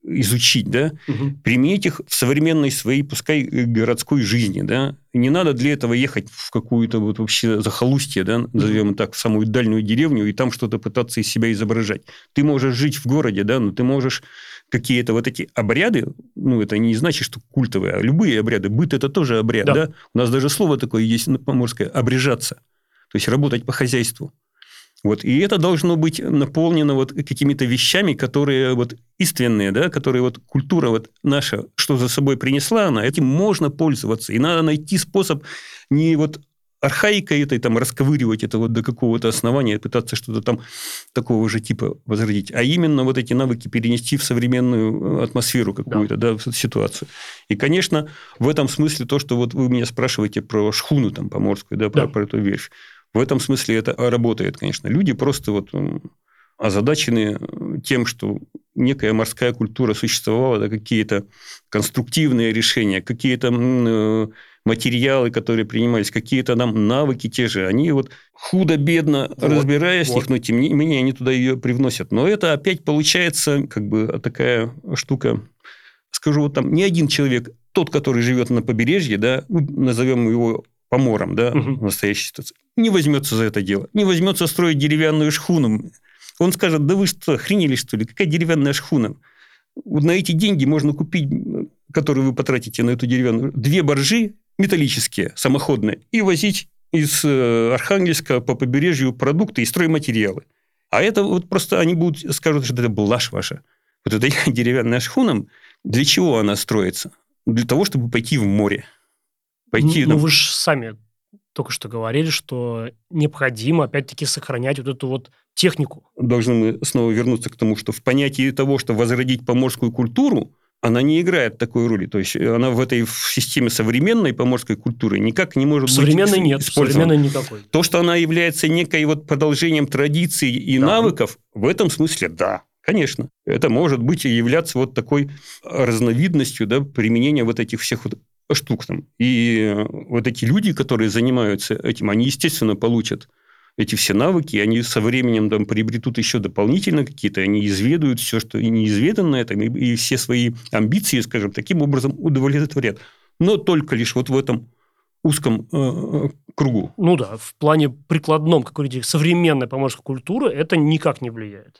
S1: изучить, да,
S2: Угу.
S1: применить их в современной своей, пускай городской жизни, да. Не надо для этого ехать в какую-то вот вообще захолустье, да, назовем так, в самую дальнюю деревню и там что-то пытаться из себя изображать. Ты можешь жить в городе, да, но ты можешь какие-то вот эти обряды, ну, это не значит, что культовые, а любые обряды, быт – это тоже обряд,
S2: Да.
S1: да. У нас даже слово такое есть поморское – обрежаться, то есть работать по хозяйству. Вот. И это должно быть наполнено вот какими-то вещами, которые вот истинные, да, которые вот культура вот наша, что за собой принесла она, этим можно пользоваться. И надо найти способ не вот архаикой этой там расковыривать это вот до какого-то основания, пытаться что-то там такого же типа возродить, а именно вот эти навыки перенести в современную атмосферу какую-то, да, да, ситуацию. И, конечно, в этом смысле то, что вот вы меня спрашиваете про шхуну там поморскую, да, про,
S2: Да.
S1: про эту вещь, в этом смысле это работает, конечно. Люди просто вот озадачены тем, что некая морская культура существовала, да, какие-то конструктивные решения, какие-то материалы, которые принимались, какие-то нам навыки те же, они вот худо-бедно вот, разбираясь вот. в них, но тем не менее они туда ее привносят. Но это опять получается как бы такая штука, скажу, вот там не один человек, тот, который живет на побережье, да, назовем его помором, да, угу. в настоящей ситуации, не возьмется за это дело, не возьмется строить деревянную шхуну. Он скажет, да вы что, охренели, что ли? Какая деревянная шхуна? На эти деньги можно купить, которые вы потратите на эту деревянную, две баржи металлические, самоходные, и возить из Архангельска по побережью продукты и стройматериалы. А это вот просто они будут, скажут, что это блажь ваша. Вот эта деревянная шхуна, для чего она строится? Для того, чтобы пойти в море.
S2: Пойти, ну, там... вы же сами только что говорили, что необходимо, опять-таки, сохранять вот эту вот технику.
S1: Должны мы снова вернуться к тому, что в понятии того, что возродить поморскую культуру, она не играет такой роли. То есть, она в этой в системе современной поморской культуры никак не может
S2: современной
S1: быть
S2: нет, современной никакой.
S1: То, что она является некой вот продолжением традиций и да. навыков, в этом смысле да. Конечно, это может быть и являться вот такой разновидностью, да, применения вот этих всех вот штук там. И вот эти люди, которые занимаются этим, они, естественно, получат эти все навыки, они со временем там приобретут еще дополнительно какие-то, они изведают все, что неизведанное, там, и, и все свои амбиции, скажем, таким образом удовлетворят. Но только лишь вот в этом узком э, кругу.
S2: Ну да, в плане прикладном, как говорите, современной поморской культуры это никак не влияет.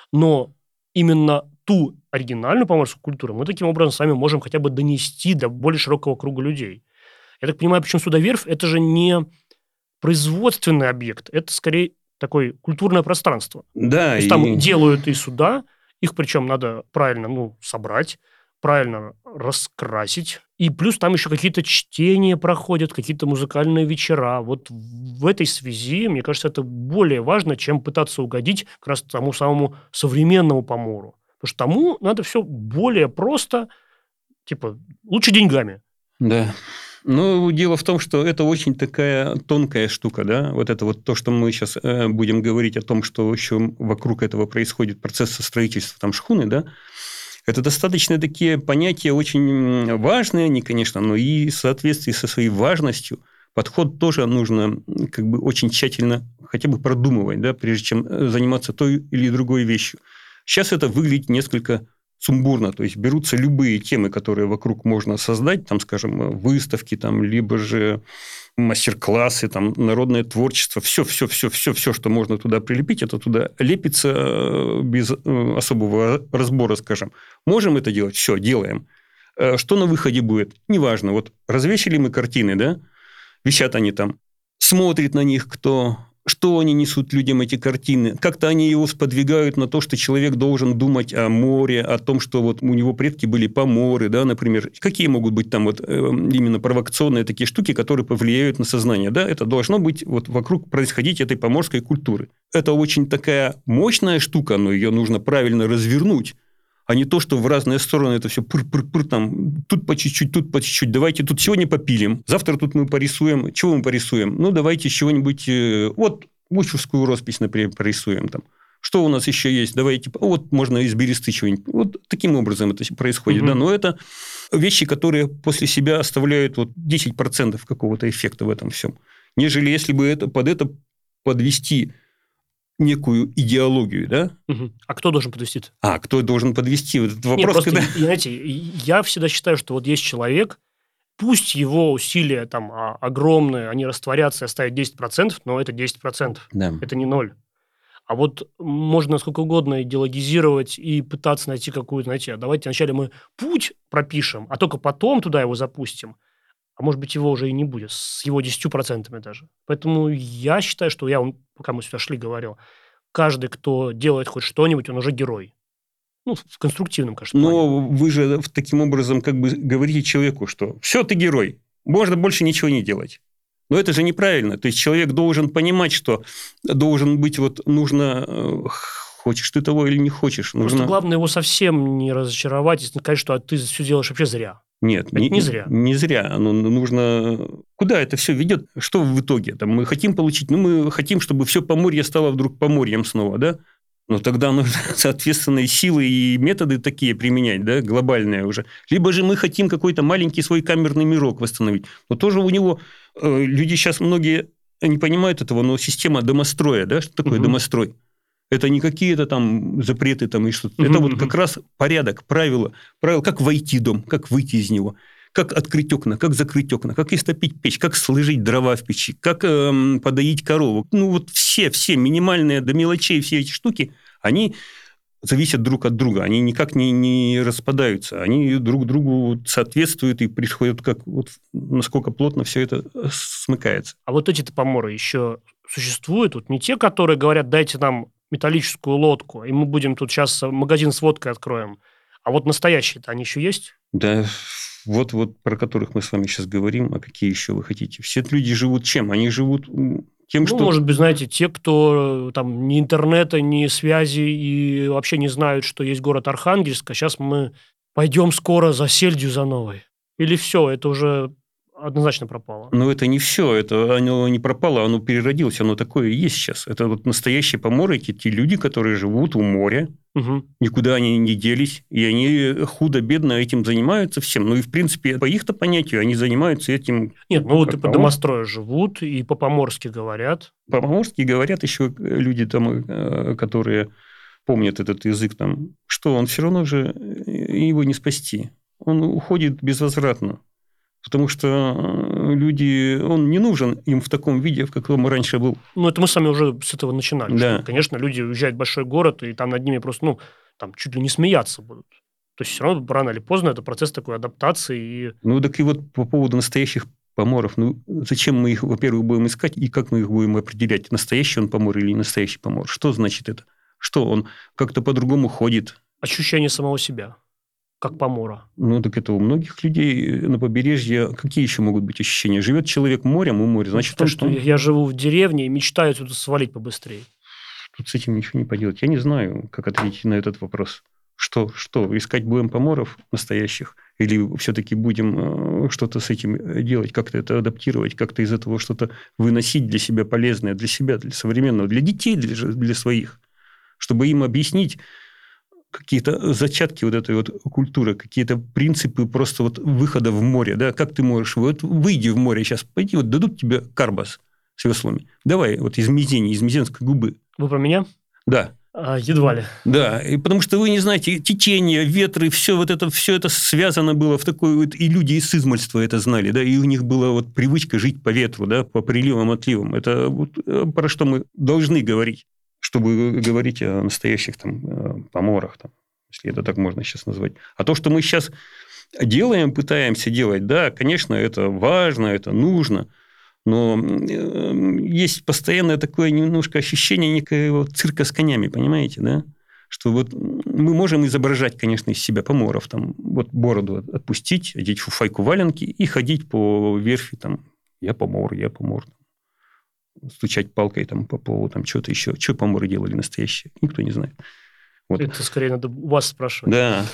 S2: Но именно ту оригинальную поморскую культуру мы таким образом сами можем хотя бы донести до более широкого круга людей. Я так понимаю, причем судоверфь – это же не производственный объект, это скорее такое культурное пространство.
S1: Да.
S2: То есть,
S1: и...
S2: там делают и суда, их причем надо правильно ну, собрать, правильно раскрасить. И плюс там еще какие-то чтения проходят, какие-то музыкальные вечера. Вот в этой связи, мне кажется, это более важно, чем пытаться угодить как раз тому самому современному помору. Потому что тому надо все более просто, типа, лучше деньгами.
S1: Да. Ну, дело в том, что это очень такая тонкая штука, да, вот это вот то, что мы сейчас э, будем говорить о том, что еще вокруг этого происходит процесс строительства там шхуны, да, это достаточно такие понятия очень важные, они, конечно, но и в соответствии со своей важностью подход тоже нужно как бы очень тщательно хотя бы продумывать, да, прежде чем заниматься той или другой вещью. Сейчас это выглядит несколько сумбурно, то есть берутся любые темы, которые вокруг можно создать, там, скажем, выставки, там, либо же мастер-классы, там, народное творчество, все, все, все, все, все, что можно туда прилепить, это туда лепится без особого разбора, скажем. Можем это делать? Все, делаем. Что на выходе будет? Неважно. Вот развесили мы картины, да, висят они там, смотрит на них кто... Что они несут людям, эти картины? Как-то они его сподвигают на то, что человек должен думать о море, о том, что вот у него предки были поморы, да, например. Какие могут быть там вот именно провокационные такие штуки, которые повлияют на сознание? Да, это должно быть вот вокруг происходить этой поморской культуры. Это очень такая мощная штука, но ее нужно правильно развернуть. А не то, что в разные стороны это все пыр-пыр-пыр, там, тут по чуть-чуть, тут по чуть-чуть. Давайте тут сегодня попилим, завтра тут мы порисуем. Чего мы порисуем? Ну, давайте чего-нибудь... Вот, Бучевскую роспись, например, порисуем. Там. Что у нас еще есть? Давайте... Вот, можно из бересты чего-нибудь. Вот таким образом это происходит. Угу. Да? Но это вещи, которые после себя оставляют вот десять процентов какого-то эффекта в этом всем. Нежели если бы это, под это подвести... некую идеологию, да?
S2: Мгм. А кто должен подвести-то?
S1: А кто должен подвести? Вот этот
S2: Нет,
S1: вопрос,
S2: просто,
S1: когда...
S2: и- знаете, и- я всегда считаю, что вот есть человек, пусть его усилия там а, огромные, они растворятся и оставят десять процентов, но это десять процентов,
S1: Да.
S2: это не ноль. А вот можно сколько угодно идеологизировать и пытаться найти какую-то, знаете, а давайте вначале мы путь пропишем, а только потом туда его запустим. А может быть, его уже и не будет, с его десятью процентами даже. Поэтому я считаю, что я, вон, пока мы сюда шли, говорил, каждый, кто делает хоть что-нибудь, он уже герой. Ну, в конструктивном, конечно, плане.
S1: Но вы же в- таким образом как бы говорите человеку, что все, ты герой, можно больше ничего не делать. Но это же неправильно. То есть человек должен понимать, что должен быть вот нужно, э, хочешь ты того или не хочешь.
S2: Просто
S1: Нужно...
S2: главное его совсем не разочаровать и сказать, что а ты все делаешь вообще зря.
S1: Нет,
S2: Это не зря.
S1: Не зря. Ну, нужно... Куда это все ведет? Что в итоге? Там мы хотим получить... Ну, мы хотим, чтобы все Поморье стало вдруг Поморьем снова, да? Но тогда нужно, соответственно, и силы, и методы такие применять, да, глобальные уже. Либо же мы хотим какой-то маленький свой камерный мирок восстановить. Но тоже у него... э, люди сейчас многие не понимают этого, но система домостроя, да? Что такое
S2: Мгм.
S1: домострой? Это не какие-то там запреты там и что-то.
S2: Мгм,
S1: Это вот
S2: мгм.
S1: как раз порядок, правила. Правила, как войти в дом, как выйти из него, как открыть окна, как закрыть окна, как истопить печь, как сложить дрова в печи, как эм, подоить корову. Ну, вот все, все минимальные до мелочей все эти штуки, они зависят друг от друга. Они никак не, не распадаются. Они друг другу соответствуют и приходят, как вот насколько плотно все это э, смыкается.
S2: А вот эти-то поморы еще существуют? Вот не те, которые говорят, дайте нам металлическую лодку, и мы будем тут сейчас магазин с водкой откроем. А вот настоящие-то они еще есть?
S1: Да, вот, вот про которых мы с вами сейчас говорим, а какие еще вы хотите? Все люди живут чем? Они живут м, тем,
S2: Ну,
S1: что...
S2: может быть, знаете, те, кто э, там ни интернета, ни связи и вообще не знают, что есть город Архангельск, а сейчас мы пойдем скоро за сельдью за новой. Или все, это уже однозначно пропало?
S1: Но это не все, это оно не пропало, оно переродилось, оно такое и есть сейчас. Это вот настоящие поморики, те люди, которые живут у моря,
S2: Мгм.
S1: никуда они не делись, и они худо-бедно этим занимаются всем. Ну и, в принципе, по их-то понятию, они занимаются этим...
S2: Нет, ну вот
S1: как
S2: и по
S1: помор-
S2: домострою живут, и по-поморски говорят.
S1: По-поморски говорят еще люди, там, э, которые помнят этот язык, там, что он все равно же э, его не спасти. Он уходит безвозвратно. Потому что э, люди, он не нужен им в таком виде, в каком раньше был.
S2: Ну, это мы с вами уже с этого начинали.
S1: Да.
S2: Что, конечно, люди уезжают в большой город, и там над ними просто, ну, там чуть ли не смеяться будут. То есть все равно рано или поздно это процесс такой адаптации. И...
S1: Ну, так и вот по поводу настоящих поморов. Ну, зачем мы их, во-первых, будем искать, и как мы их будем определять? Настоящий он помор или не настоящий помор? Что значит это? Что он как-то по-другому ходит?
S2: Ощущение самого себя, как помора.
S1: Ну, так это у многих людей на побережье. Какие еще могут быть ощущения? Живет человек морем у моря, значит,
S2: То,
S1: он...
S2: что я живу в деревне и мечтаю отсюда свалить побыстрее.
S1: Тут с этим ничего не поделать. Я не знаю, как ответить на этот вопрос. Что, что, искать будем поморов настоящих? Или все-таки будем э, что-то с этим делать, как-то это адаптировать, как-то из этого что-то выносить для себя полезное, для себя, для современного, для детей, для, же- для своих, чтобы им объяснить какие-то зачатки вот этой вот культуры, какие-то принципы просто вот выхода в море, да, как ты можешь, вот выйди в море сейчас, пойди, вот дадут тебе карбас с веслами, давай вот из мизени, из мизенской губы,
S2: Вы про меня?
S1: да,
S2: А, едва ли.
S1: да, и потому что вы не знаете, течение, ветры, все вот это, все это связано было в такой вот, и люди из измольства это знали, да, и у них была вот привычка жить по ветру, да, по приливам, отливам. Это вот э, про что мы должны говорить, чтобы говорить о настоящих там э, поморах, там, если это так можно сейчас назвать. А то, что мы сейчас делаем, пытаемся делать, да, конечно, это важно, это нужно. Но э, есть постоянное такое немножко ощущение некоего цирка с конями, понимаете, да? Что вот мы можем изображать, конечно, из себя поморов, там, вот бороду отпустить, одеть фуфайку, валенки и ходить по верфи, там, я помор, я помор, стучать палкой там, по полу, там, что-то еще. Что поморы делали настоящие? Никто не знает. Вот.
S2: Это скорее надо у вас спрашивать.
S1: Да.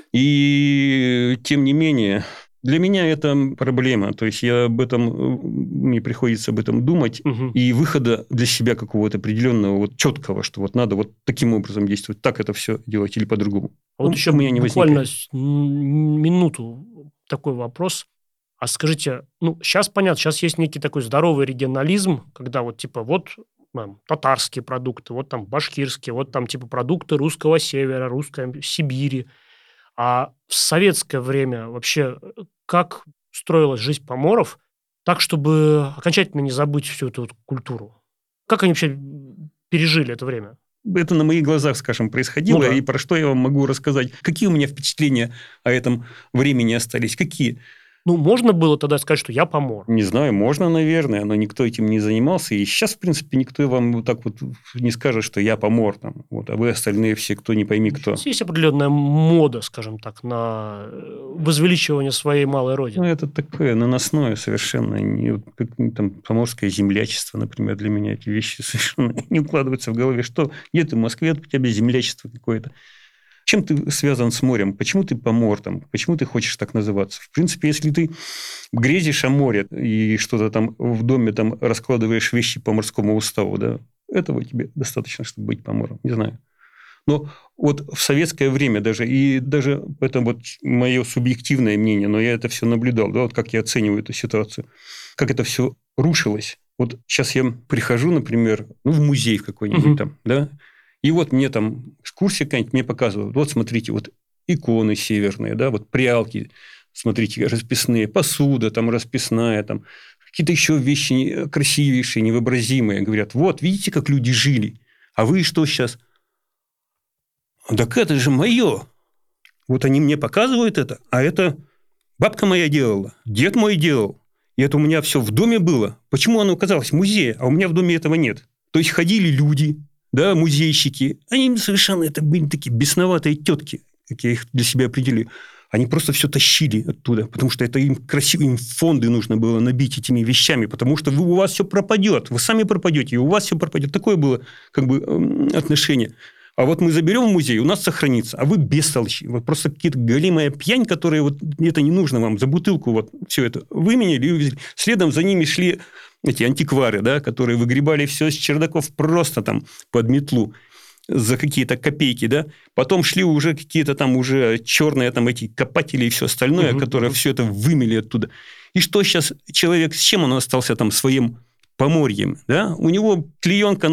S1: И тем не менее... Для меня это проблема. То есть, я об этом, мне приходится об этом думать.
S2: Мгм.
S1: И выхода для себя какого-то определенного, вот, четкого, что вот надо вот таким образом действовать, так это все делать или по-другому.
S2: А вот
S1: Ну,
S2: еще
S1: у меня не
S2: буквально
S1: возникает.
S2: с- м, минуту такой вопрос. А скажите, ну, сейчас понятно, сейчас есть некий такой здоровый регионализм, когда вот типа вот там, татарские продукты, вот там башкирские, вот там типа продукты русского севера, русской Сибири. А в советское время вообще э, как строилась жизнь поморов так, чтобы окончательно не забыть всю эту вот культуру? Как они вообще м, пережили это время?
S1: Это на моих глазах, скажем,
S2: Ну
S1: происходило, и
S2: да.
S1: про что я вам могу рассказать. Какие у меня впечатления о этом времени остались? Какие?
S2: Ну, можно было тогда сказать, что я помор.
S1: Не знаю, можно, наверное, но никто этим не занимался. И сейчас, в принципе, никто вам вот так вот не скажет, что я помор, там, вот, а вы остальные все, кто не пойми кто.
S2: Сейчас есть определенная мода, скажем так, на э, возвеличивание своей малой
S1: Ну,
S2: родины.
S1: это такое наносное совершенно. Не, вот как, ну, там, поморское землячество, например, для меня эти вещи совершенно не укладываются в голове. Что? Где ты в Москве, у тебя землячество какое-то. Чем ты связан с морем? Почему ты помор там? Почему ты хочешь так называться? В принципе, если ты грезишь о море и что-то там в доме там раскладываешь вещи по морскому уставу, да, этого тебе достаточно, чтобы быть помором. Не знаю. Но вот в советское время даже, и даже это вот мое субъективное мнение, но я это все наблюдал, да, вот как я оцениваю эту ситуацию, как это все рушилось. Вот сейчас я прихожу, например, ну, в музей в какой-нибудь
S2: Мгм.
S1: там, да, и вот мне там экскурсия какая-нибудь мне показывают, вот смотрите, вот иконы северные, да, вот прялки, смотрите, расписные, посуда там расписная, там какие-то еще вещи красивейшие, невообразимые. Говорят, вот, видите, как люди жили, а вы что сейчас? Так это же мое. Вот они мне показывают это, а это бабка моя делала, дед мой делал. И это у меня все в доме было. Почему оно оказалось в музее, а у меня в доме этого нет? То есть ходили люди, да, музейщики. Они совершенно это были такие бесноватые тетки, как я их для себя определил. Они просто все тащили оттуда, потому что это им красиво, им фонды нужно было набить этими вещами, потому что вы, у вас все пропадет, вы сами пропадете, и у вас все пропадет. Такое было как бы эм, отношение. А вот мы заберем в музей, у нас сохранится, а вы бестолочи. Вот просто какие-то голимая пьянь, которая вот это не нужно вам, за бутылку вот все это выменяли и увезли. Следом за ними шли эти антиквары, да, которые выгребали все с чердаков просто там под метлу за какие-то копейки, да. Потом шли уже какие-то там уже черные там эти копатели и все остальное,
S2: Мгм,
S1: которые
S2: мгм.
S1: все это вымели оттуда. И что сейчас человек, с чем он остался там своим поморьем, да? У него клеенка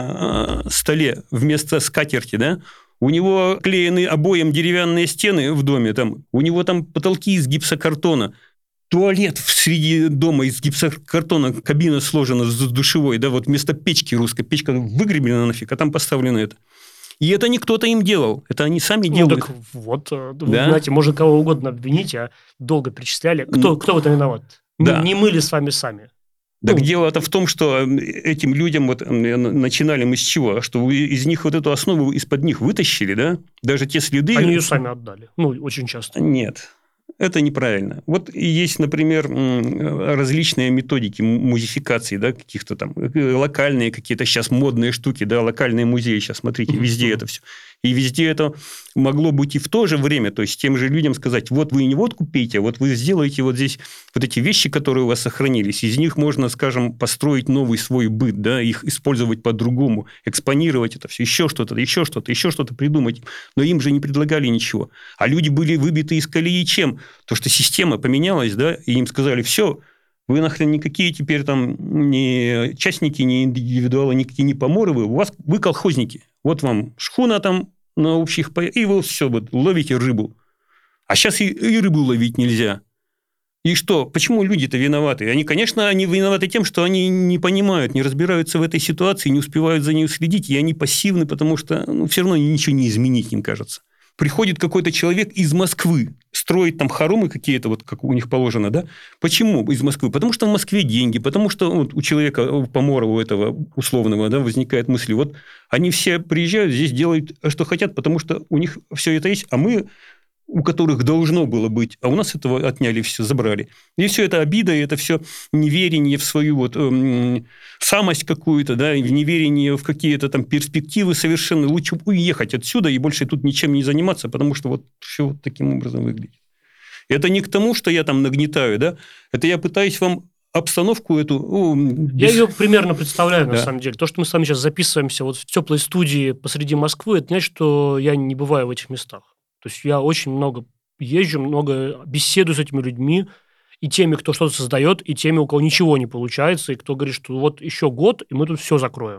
S1: на э, столе вместо скатерти, да? У него клеены обоем деревянные стены в доме, там, у него там потолки из гипсокартона, туалет среди дома из гипсокартона, кабина сложена с душевой, да, вот вместо печки русской, печка выгребена нафиг, а там поставлено это. И это не кто-то им делал, это они сами
S2: Ну,
S1: делают.
S2: так вот, э, вы
S1: Да,
S2: знаете, можно кого угодно обвинить, а долго перечисляли. Кто, кто в этом виноват? Не,
S1: да.
S2: не мы ли с вами сами?
S1: Так
S2: Ну,
S1: дело-то в том, что этим людям вот начинали мы с чего? Что из них вот эту основу из-под них вытащили, да? Даже те следы...
S2: они ее сами отдали. Ну, очень часто.
S1: Нет, это неправильно. Вот и есть, например, различные методики музификации, да, каких-то там локальные какие-то сейчас модные штуки, да, локальные музеи сейчас, смотрите, везде это все. И везде это могло быть и в то же время, то есть тем же людям сказать, вот вы не водку пейте, а вот вы сделаете вот здесь вот эти вещи, которые у вас сохранились, из них можно, скажем, построить новый свой быт, да, их использовать по-другому, экспонировать это все, еще что-то, еще что-то, еще что-то придумать. Но им же не предлагали ничего. А люди были выбиты из колеи чем? То, что система поменялась, да, и им сказали, все, вы нахрен никакие теперь там не частники, не индивидуалы, никакие не поморы, вы, у вас, вы колхозники. Вот вам шхуна там на общих, и вы все, вот, ловите рыбу. А сейчас и, и рыбу ловить нельзя. И что? Почему люди-то виноваты? Они, конечно, они виноваты тем, что они не понимают, не разбираются в этой ситуации, не успевают за ней следить, и они пассивны, потому что ну, все равно ничего не изменить, им кажется. Приходит какой-то человек из Москвы, строит там хоромы какие-то, вот как у них положено, да? Почему из Москвы? Потому что в Москве деньги, потому что вот, у человека, у помора, у этого условного, да, возникает мысль, вот они все приезжают, здесь делают, что хотят, потому что у них все это есть, а мы, у которых должно было быть, а у нас этого отняли, все забрали. И все это обида, и это все неверие в свою вот эм, самость какую-то, да, неверие в какие-то там перспективы совершенно. Лучше уехать отсюда и больше тут ничем не заниматься, потому что вот все вот таким образом выглядит. Это не к тому, что я там нагнетаю, да, это я пытаюсь вам обстановку эту... О,
S2: я
S1: без...
S2: ее примерно представляю, на
S1: Да.
S2: самом деле. То, что мы с вами сейчас записываемся вот в теплой студии посреди Москвы, это не значит, что я не бываю в этих местах. То есть я очень много езжу, много беседую с этими людьми, и теми, кто что-то создает, и теми, у кого ничего не получается, и кто говорит, что вот еще год, и мы тут все закроем.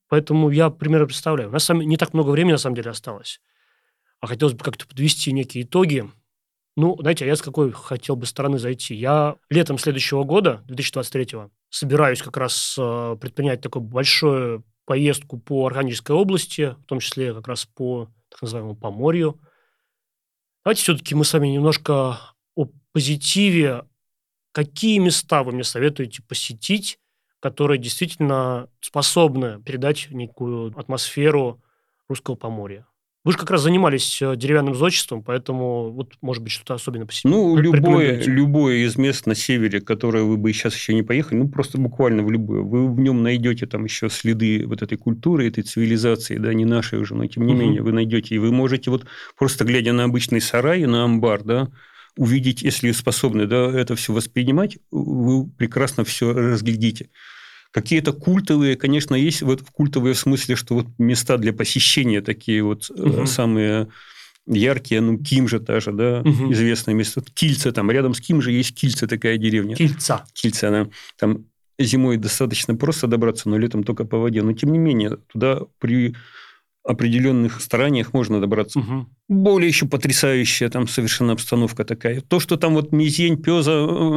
S2: Поэтому я примерно представляю. У нас с вами не так много времени, на самом деле, осталось. А хотелось бы как-то подвести некие итоги. Ну, знаете, а я с какой хотел бы стороны зайти? Я летом следующего года, две тысячи двадцать третьего, собираюсь как раз э, предпринять такую большую поездку по Архангельской области, в том числе как раз по так называемому Поморью. Давайте все-таки мы с вами немножко о позитиве. Какие места вы мне советуете посетить, которые действительно способны передать некую атмосферу русского Поморья? Вы же как раз занимались э, деревянным зодчеством, поэтому вот, может быть, что-то особенно поси-
S1: Ну,
S2: пр-
S1: любое,
S2: порекомендуете.
S1: любое из мест на севере, которое вы бы сейчас еще не поехали, ну, просто буквально в любое, вы в нем найдете там еще следы вот этой культуры, этой цивилизации, да, не нашей уже, но тем не
S2: Мгм.
S1: менее вы найдете, и вы можете вот просто глядя на обычный сарай, на амбар, да, увидеть, если способны, да, это все воспринимать, вы прекрасно все разглядите. Какие-то культовые, конечно, есть, вот культовые в смысле, что вот места для посещения такие вот э,
S2: Мгм.
S1: самые яркие, ну, Кимжа та же, да,
S2: Мгм.
S1: известное место. Кильце там, рядом с Кимжей есть Кильце, такая деревня.
S2: Кильца.
S1: Кильце, она там зимой достаточно просто добраться, но летом только по воде. Но, тем не менее, туда при определенных стараниях можно добраться.
S2: Мгм.
S1: Более еще потрясающая там совершенно обстановка такая. То, что там вот Мизень, Пёза,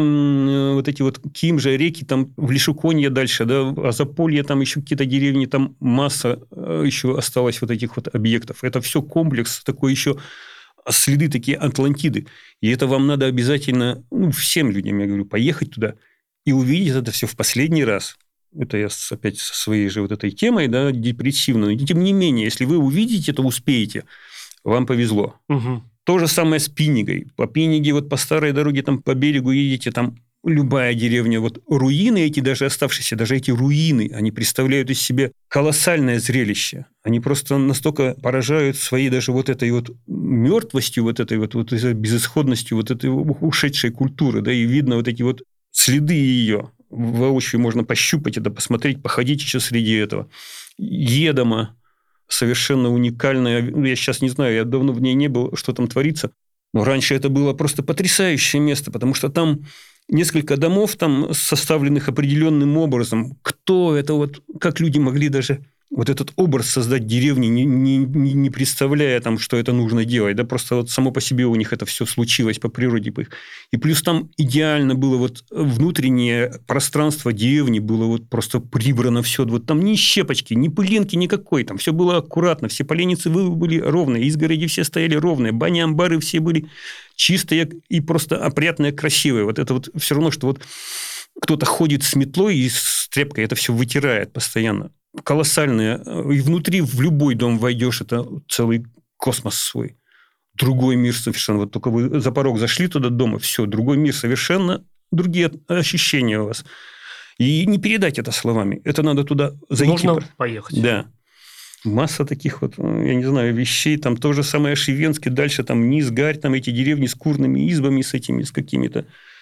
S1: м, вот эти вот Кимжа, реки, там в Лишуконье дальше, да, а Заполье, там еще какие-то деревни, там масса э, еще осталось вот этих вот объектов. Это все комплекс такой еще следы такие Атлантиды. И это вам надо обязательно, ну, всем людям, я говорю, поехать туда и увидеть это все в последний раз. Это я с- опять со своей же вот этой темой, да, депрессивной. Но тем не менее, если вы увидите это, успеете, вам повезло.
S2: Мгм.
S1: То же самое с Пинигой. По Пиниге, вот по старой дороге, там по берегу едете, там любая деревня, вот руины эти даже оставшиеся, даже эти руины, они представляют из себя колоссальное зрелище. Они просто настолько поражают своей даже вот этой вот мертвостью, вот этой вот, вот этой безысходностью вот этой ушедшей культуры, да, и видно вот эти вот следы ее. Воочию можно пощупать это, посмотреть, походить еще среди этого. Едома, совершенно уникальная. Ну, я сейчас не знаю, я давно в ней не был, что там творится. Но раньше это было просто потрясающее место, потому что там несколько домов, там составленных определенным образом. Кто это вот, как люди могли даже вот этот образ создать деревни, не, не, не не представляя там, что это нужно делать. Да, просто вот само по себе у них это все случилось по природе. И плюс там идеально было вот внутреннее пространство деревни, было вот просто прибрано все. Вот там ни щепочки, ни пылинки никакой. Там все было аккуратно. Все поленницы были ровные. Изгороди все стояли ровные. Бани, амбары все были чистые и просто опрятные, красивые. Вот это вот все равно, что вот кто-то ходит с метлой и с тряпкой, это все вытирает постоянно. Колоссальное. И внутри в любой дом войдешь, это целый космос свой. Другой мир совершенно. Вот только вы за порог зашли туда дома, все, другой мир совершенно, другие ощущения у вас. И не передать это словами. Это надо туда зайти.
S2: Нужно поехать.
S1: Да. Масса таких вот, я не знаю, вещей. Там то же самое Шивенский, дальше там низ, Гарь, там эти деревни с курными избами, с этими, с какими-то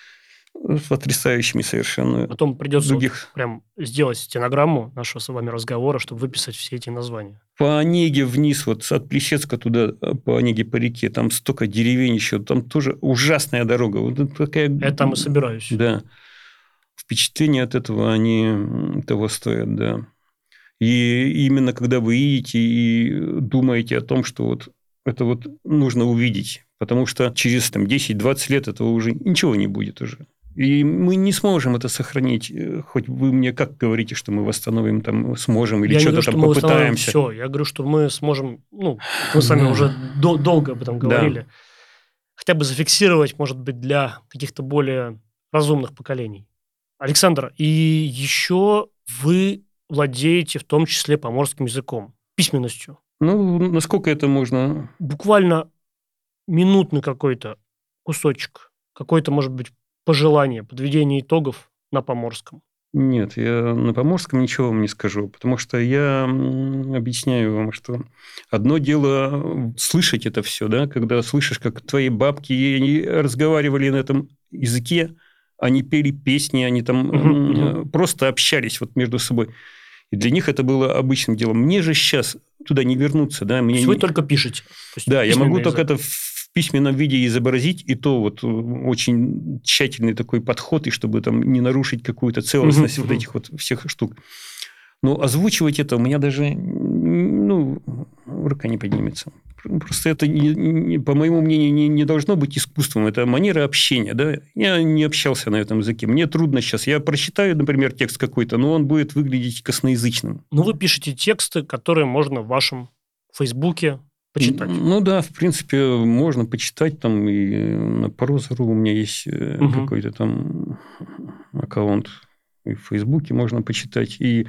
S1: потрясающими совершенно.
S2: Потом придется вот
S1: Других.
S2: прям сделать стенограмму нашего с вами разговора, чтобы выписать все эти названия.
S1: По Онеге вниз, вот от Плещецка туда, по Онеге по реке, там столько деревень еще, там тоже ужасная дорога. Вот такая...
S2: Я там и собираюсь.
S1: Да. Впечатления от этого, они м, того стоят, да. И именно когда вы едете и думаете о том, что вот это вот нужно увидеть, потому что через там, десять-двадцать лет этого уже ничего не будет уже. И мы не сможем это сохранить. Хоть вы мне как говорите, что мы восстановим, там, сможем или
S2: Я не
S1: что-то
S2: говорю,
S1: там
S2: что мы восстановим
S1: попытаемся.
S2: все. Я говорю, что мы сможем, ну, мы с вами уже до- долго об этом
S1: Да.
S2: говорили, хотя бы зафиксировать, может быть, для каких-то более разумных поколений. Александр, и еще вы владеете в том числе поморским языком, письменностью.
S1: Ну, насколько это можно?
S2: Буквально минутный какой-то кусочек, какое-то, может быть, пожелание, подведение итогов на поморском.
S1: Нет, я на поморском ничего вам не скажу, потому что я м, объясняю вам, что одно дело слышать это все, да, когда слышишь, как твои бабки они разговаривали на этом языке, они пели песни, они там
S2: Мгм,
S1: м,
S2: мгм.
S1: просто общались вот между собой. И для них это было обычным делом. Мне же сейчас туда не вернуться, да,
S2: То
S1: мне
S2: есть вы
S1: не-
S2: только пишете. То есть
S1: Да, я
S2: письменный
S1: могу только
S2: язык.
S1: это в письменном виде изобразить, и то вот э, очень тщательный такой подход, и чтобы там не нарушить какую-то целостность
S2: Мгм,
S1: вот
S2: мгм.
S1: этих вот всех штук. Но озвучивать это у меня даже, ну, рука не поднимется. Просто это, не, не, по моему мнению, не, не должно быть искусством. Это манера общения. Да? Я не общался на этом языке. Мне трудно сейчас. Я прочитаю, например, текст какой-то, но он будет выглядеть косноязычным.
S2: Ну, вы пишете тексты, которые можно в вашем Фейсбуке почитать.
S1: Ну да, в принципе, можно почитать. Там и на Прозору у меня есть угу. какой-то там аккаунт. И в Фейсбуке можно почитать. И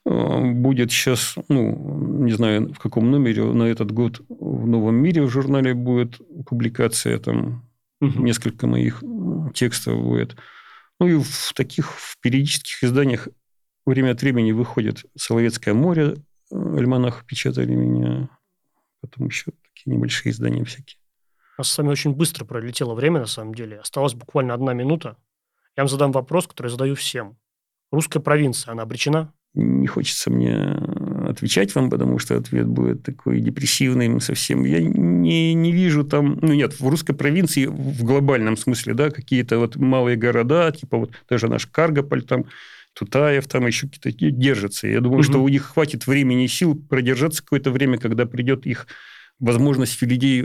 S1: будет сейчас, ну, не знаю, в каком номере, на этот год в «Новом мире» в журнале будет публикация, там угу. несколько моих текстов будет. Ну, и в таких в периодических изданиях время от времени выходит «Соловецкое море», альманах печатали меня, потом еще такие небольшие издания всякие.
S2: У нас с вами очень быстро пролетело время, на самом деле. Осталась буквально одна минута. Я вам задам вопрос, который задаю всем. Русская провинция, она обречена?
S1: Не хочется мне отвечать вам, потому что ответ будет такой депрессивный совсем. Я не, не вижу там... Ну, нет, в русской провинции в глобальном смысле, да, какие-то вот малые города, типа вот даже наш Каргополь, там, Тутаев, там еще какие-то держатся. Я думаю, угу. что у них хватит времени и сил продержаться какое-то время, когда придет их возможность у людей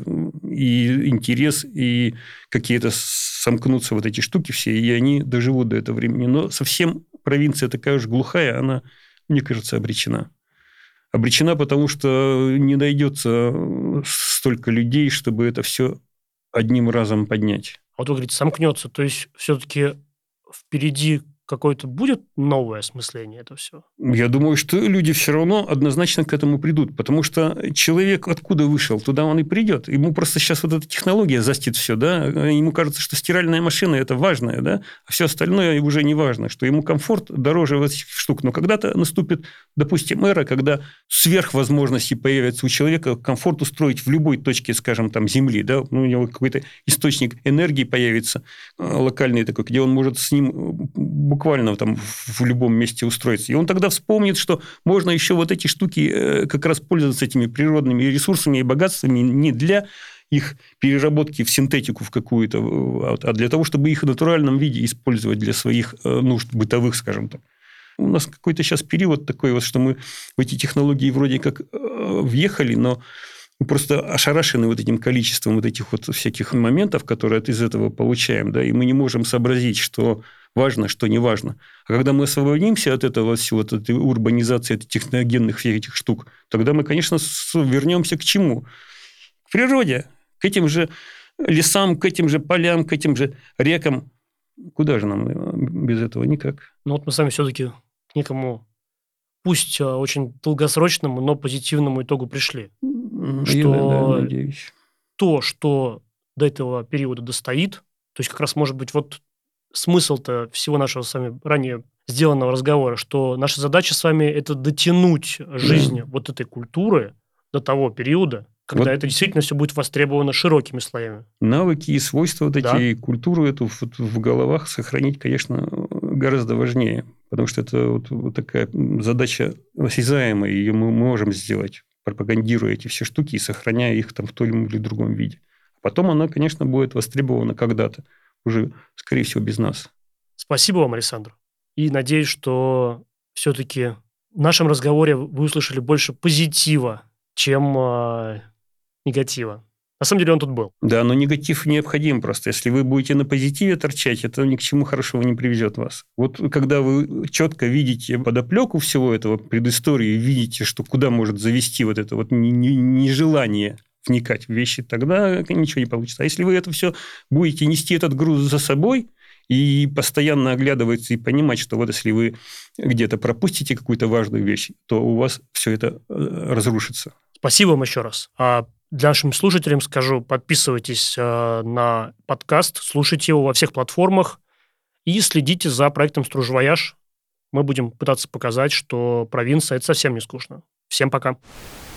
S1: и интерес, и какие-то сомкнутся вот эти штуки все, и они доживут до этого времени. Но совсем провинция такая уж глухая, она, мне кажется, обречена. Обречена, потому что не найдется столько людей, чтобы это все одним разом поднять.
S2: А вот вы говорите, сомкнется, то есть все-таки впереди какое-то будет новое осмысление этого всего?
S1: Я думаю, что люди все равно однозначно к этому придут, потому что человек откуда вышел, туда он и придет. Ему просто сейчас вот эта технология застит все, да, ему кажется, что стиральная машина – это важное, да, а все остальное уже не важно, что ему комфорт дороже вот этих штук. Но когда-то наступит, допустим, эра, когда сверхвозможности появятся у человека комфорт устроить в любой точке, скажем, там, Земли, да, у него какой-то источник энергии появится локальный такой, где он может с ним буквально там в любом месте устроиться. И он тогда вспомнит, что можно еще вот эти штуки как раз пользоваться этими природными ресурсами и богатствами не для их переработки в синтетику в какую-то, а для того, чтобы их в натуральном виде использовать для своих нужд бытовых, скажем так. У нас какой-то сейчас период такой, вот, что мы в эти технологии вроде как въехали, но мы просто ошарашены вот этим количеством вот этих вот всяких моментов, которые из этого получаем, да, и мы не можем сообразить, что важно, что не важно. А когда мы освободимся от этого всего, от этой урбанизации, от техногенных всех этих штук, тогда мы, конечно, вернемся к чему? К природе, к этим же лесам, к этим же полям, к этим же рекам. Куда же нам без этого? Никак.
S2: Ну вот мы с вами все-таки к некому, пусть очень долгосрочному, но позитивному итогу пришли.
S1: Я,
S2: что
S1: да, надеюсь.
S2: То, что до этого периода достоит, то есть как раз может быть вот смысл-то всего нашего с вами ранее сделанного разговора, что наша задача с вами – это дотянуть жизнь да. вот этой культуры до того периода, когда вот это действительно все будет востребовано широкими слоями.
S1: Навыки и свойства вот
S2: да.
S1: эти, и культуру эту в, в головах сохранить, конечно, гораздо важнее, потому что это вот, вот такая задача осязаемая, ее мы можем сделать, пропагандируя эти все штуки и сохраняя их там в том или другом виде. А потом она, конечно, будет востребована когда-то, уже, скорее всего, без нас.
S2: Спасибо вам, Александр. И надеюсь, что все-таки в нашем разговоре вы услышали больше позитива, чем э, негатива. На самом деле он тут был.
S1: Да, но негатив необходим просто. Если вы будете на позитиве торчать, это ни к чему хорошего не приведет вас. Вот когда вы четко видите подоплеку всего этого, предыстории, видите, что куда может завести вот это вот нежелание вникать в вещи, тогда ничего не получится. А если вы это все будете нести этот груз за собой и постоянно оглядываться и понимать, что вот если вы где-то пропустите какую-то важную вещь, то у вас все это разрушится.
S2: Спасибо вам еще раз. А для нашим слушателям скажу, подписывайтесь на подкаст, слушайте его во всех платформах и следите за проектом «Стружвояж». Мы будем пытаться показать, что провинция – это совсем не скучно. Всем пока.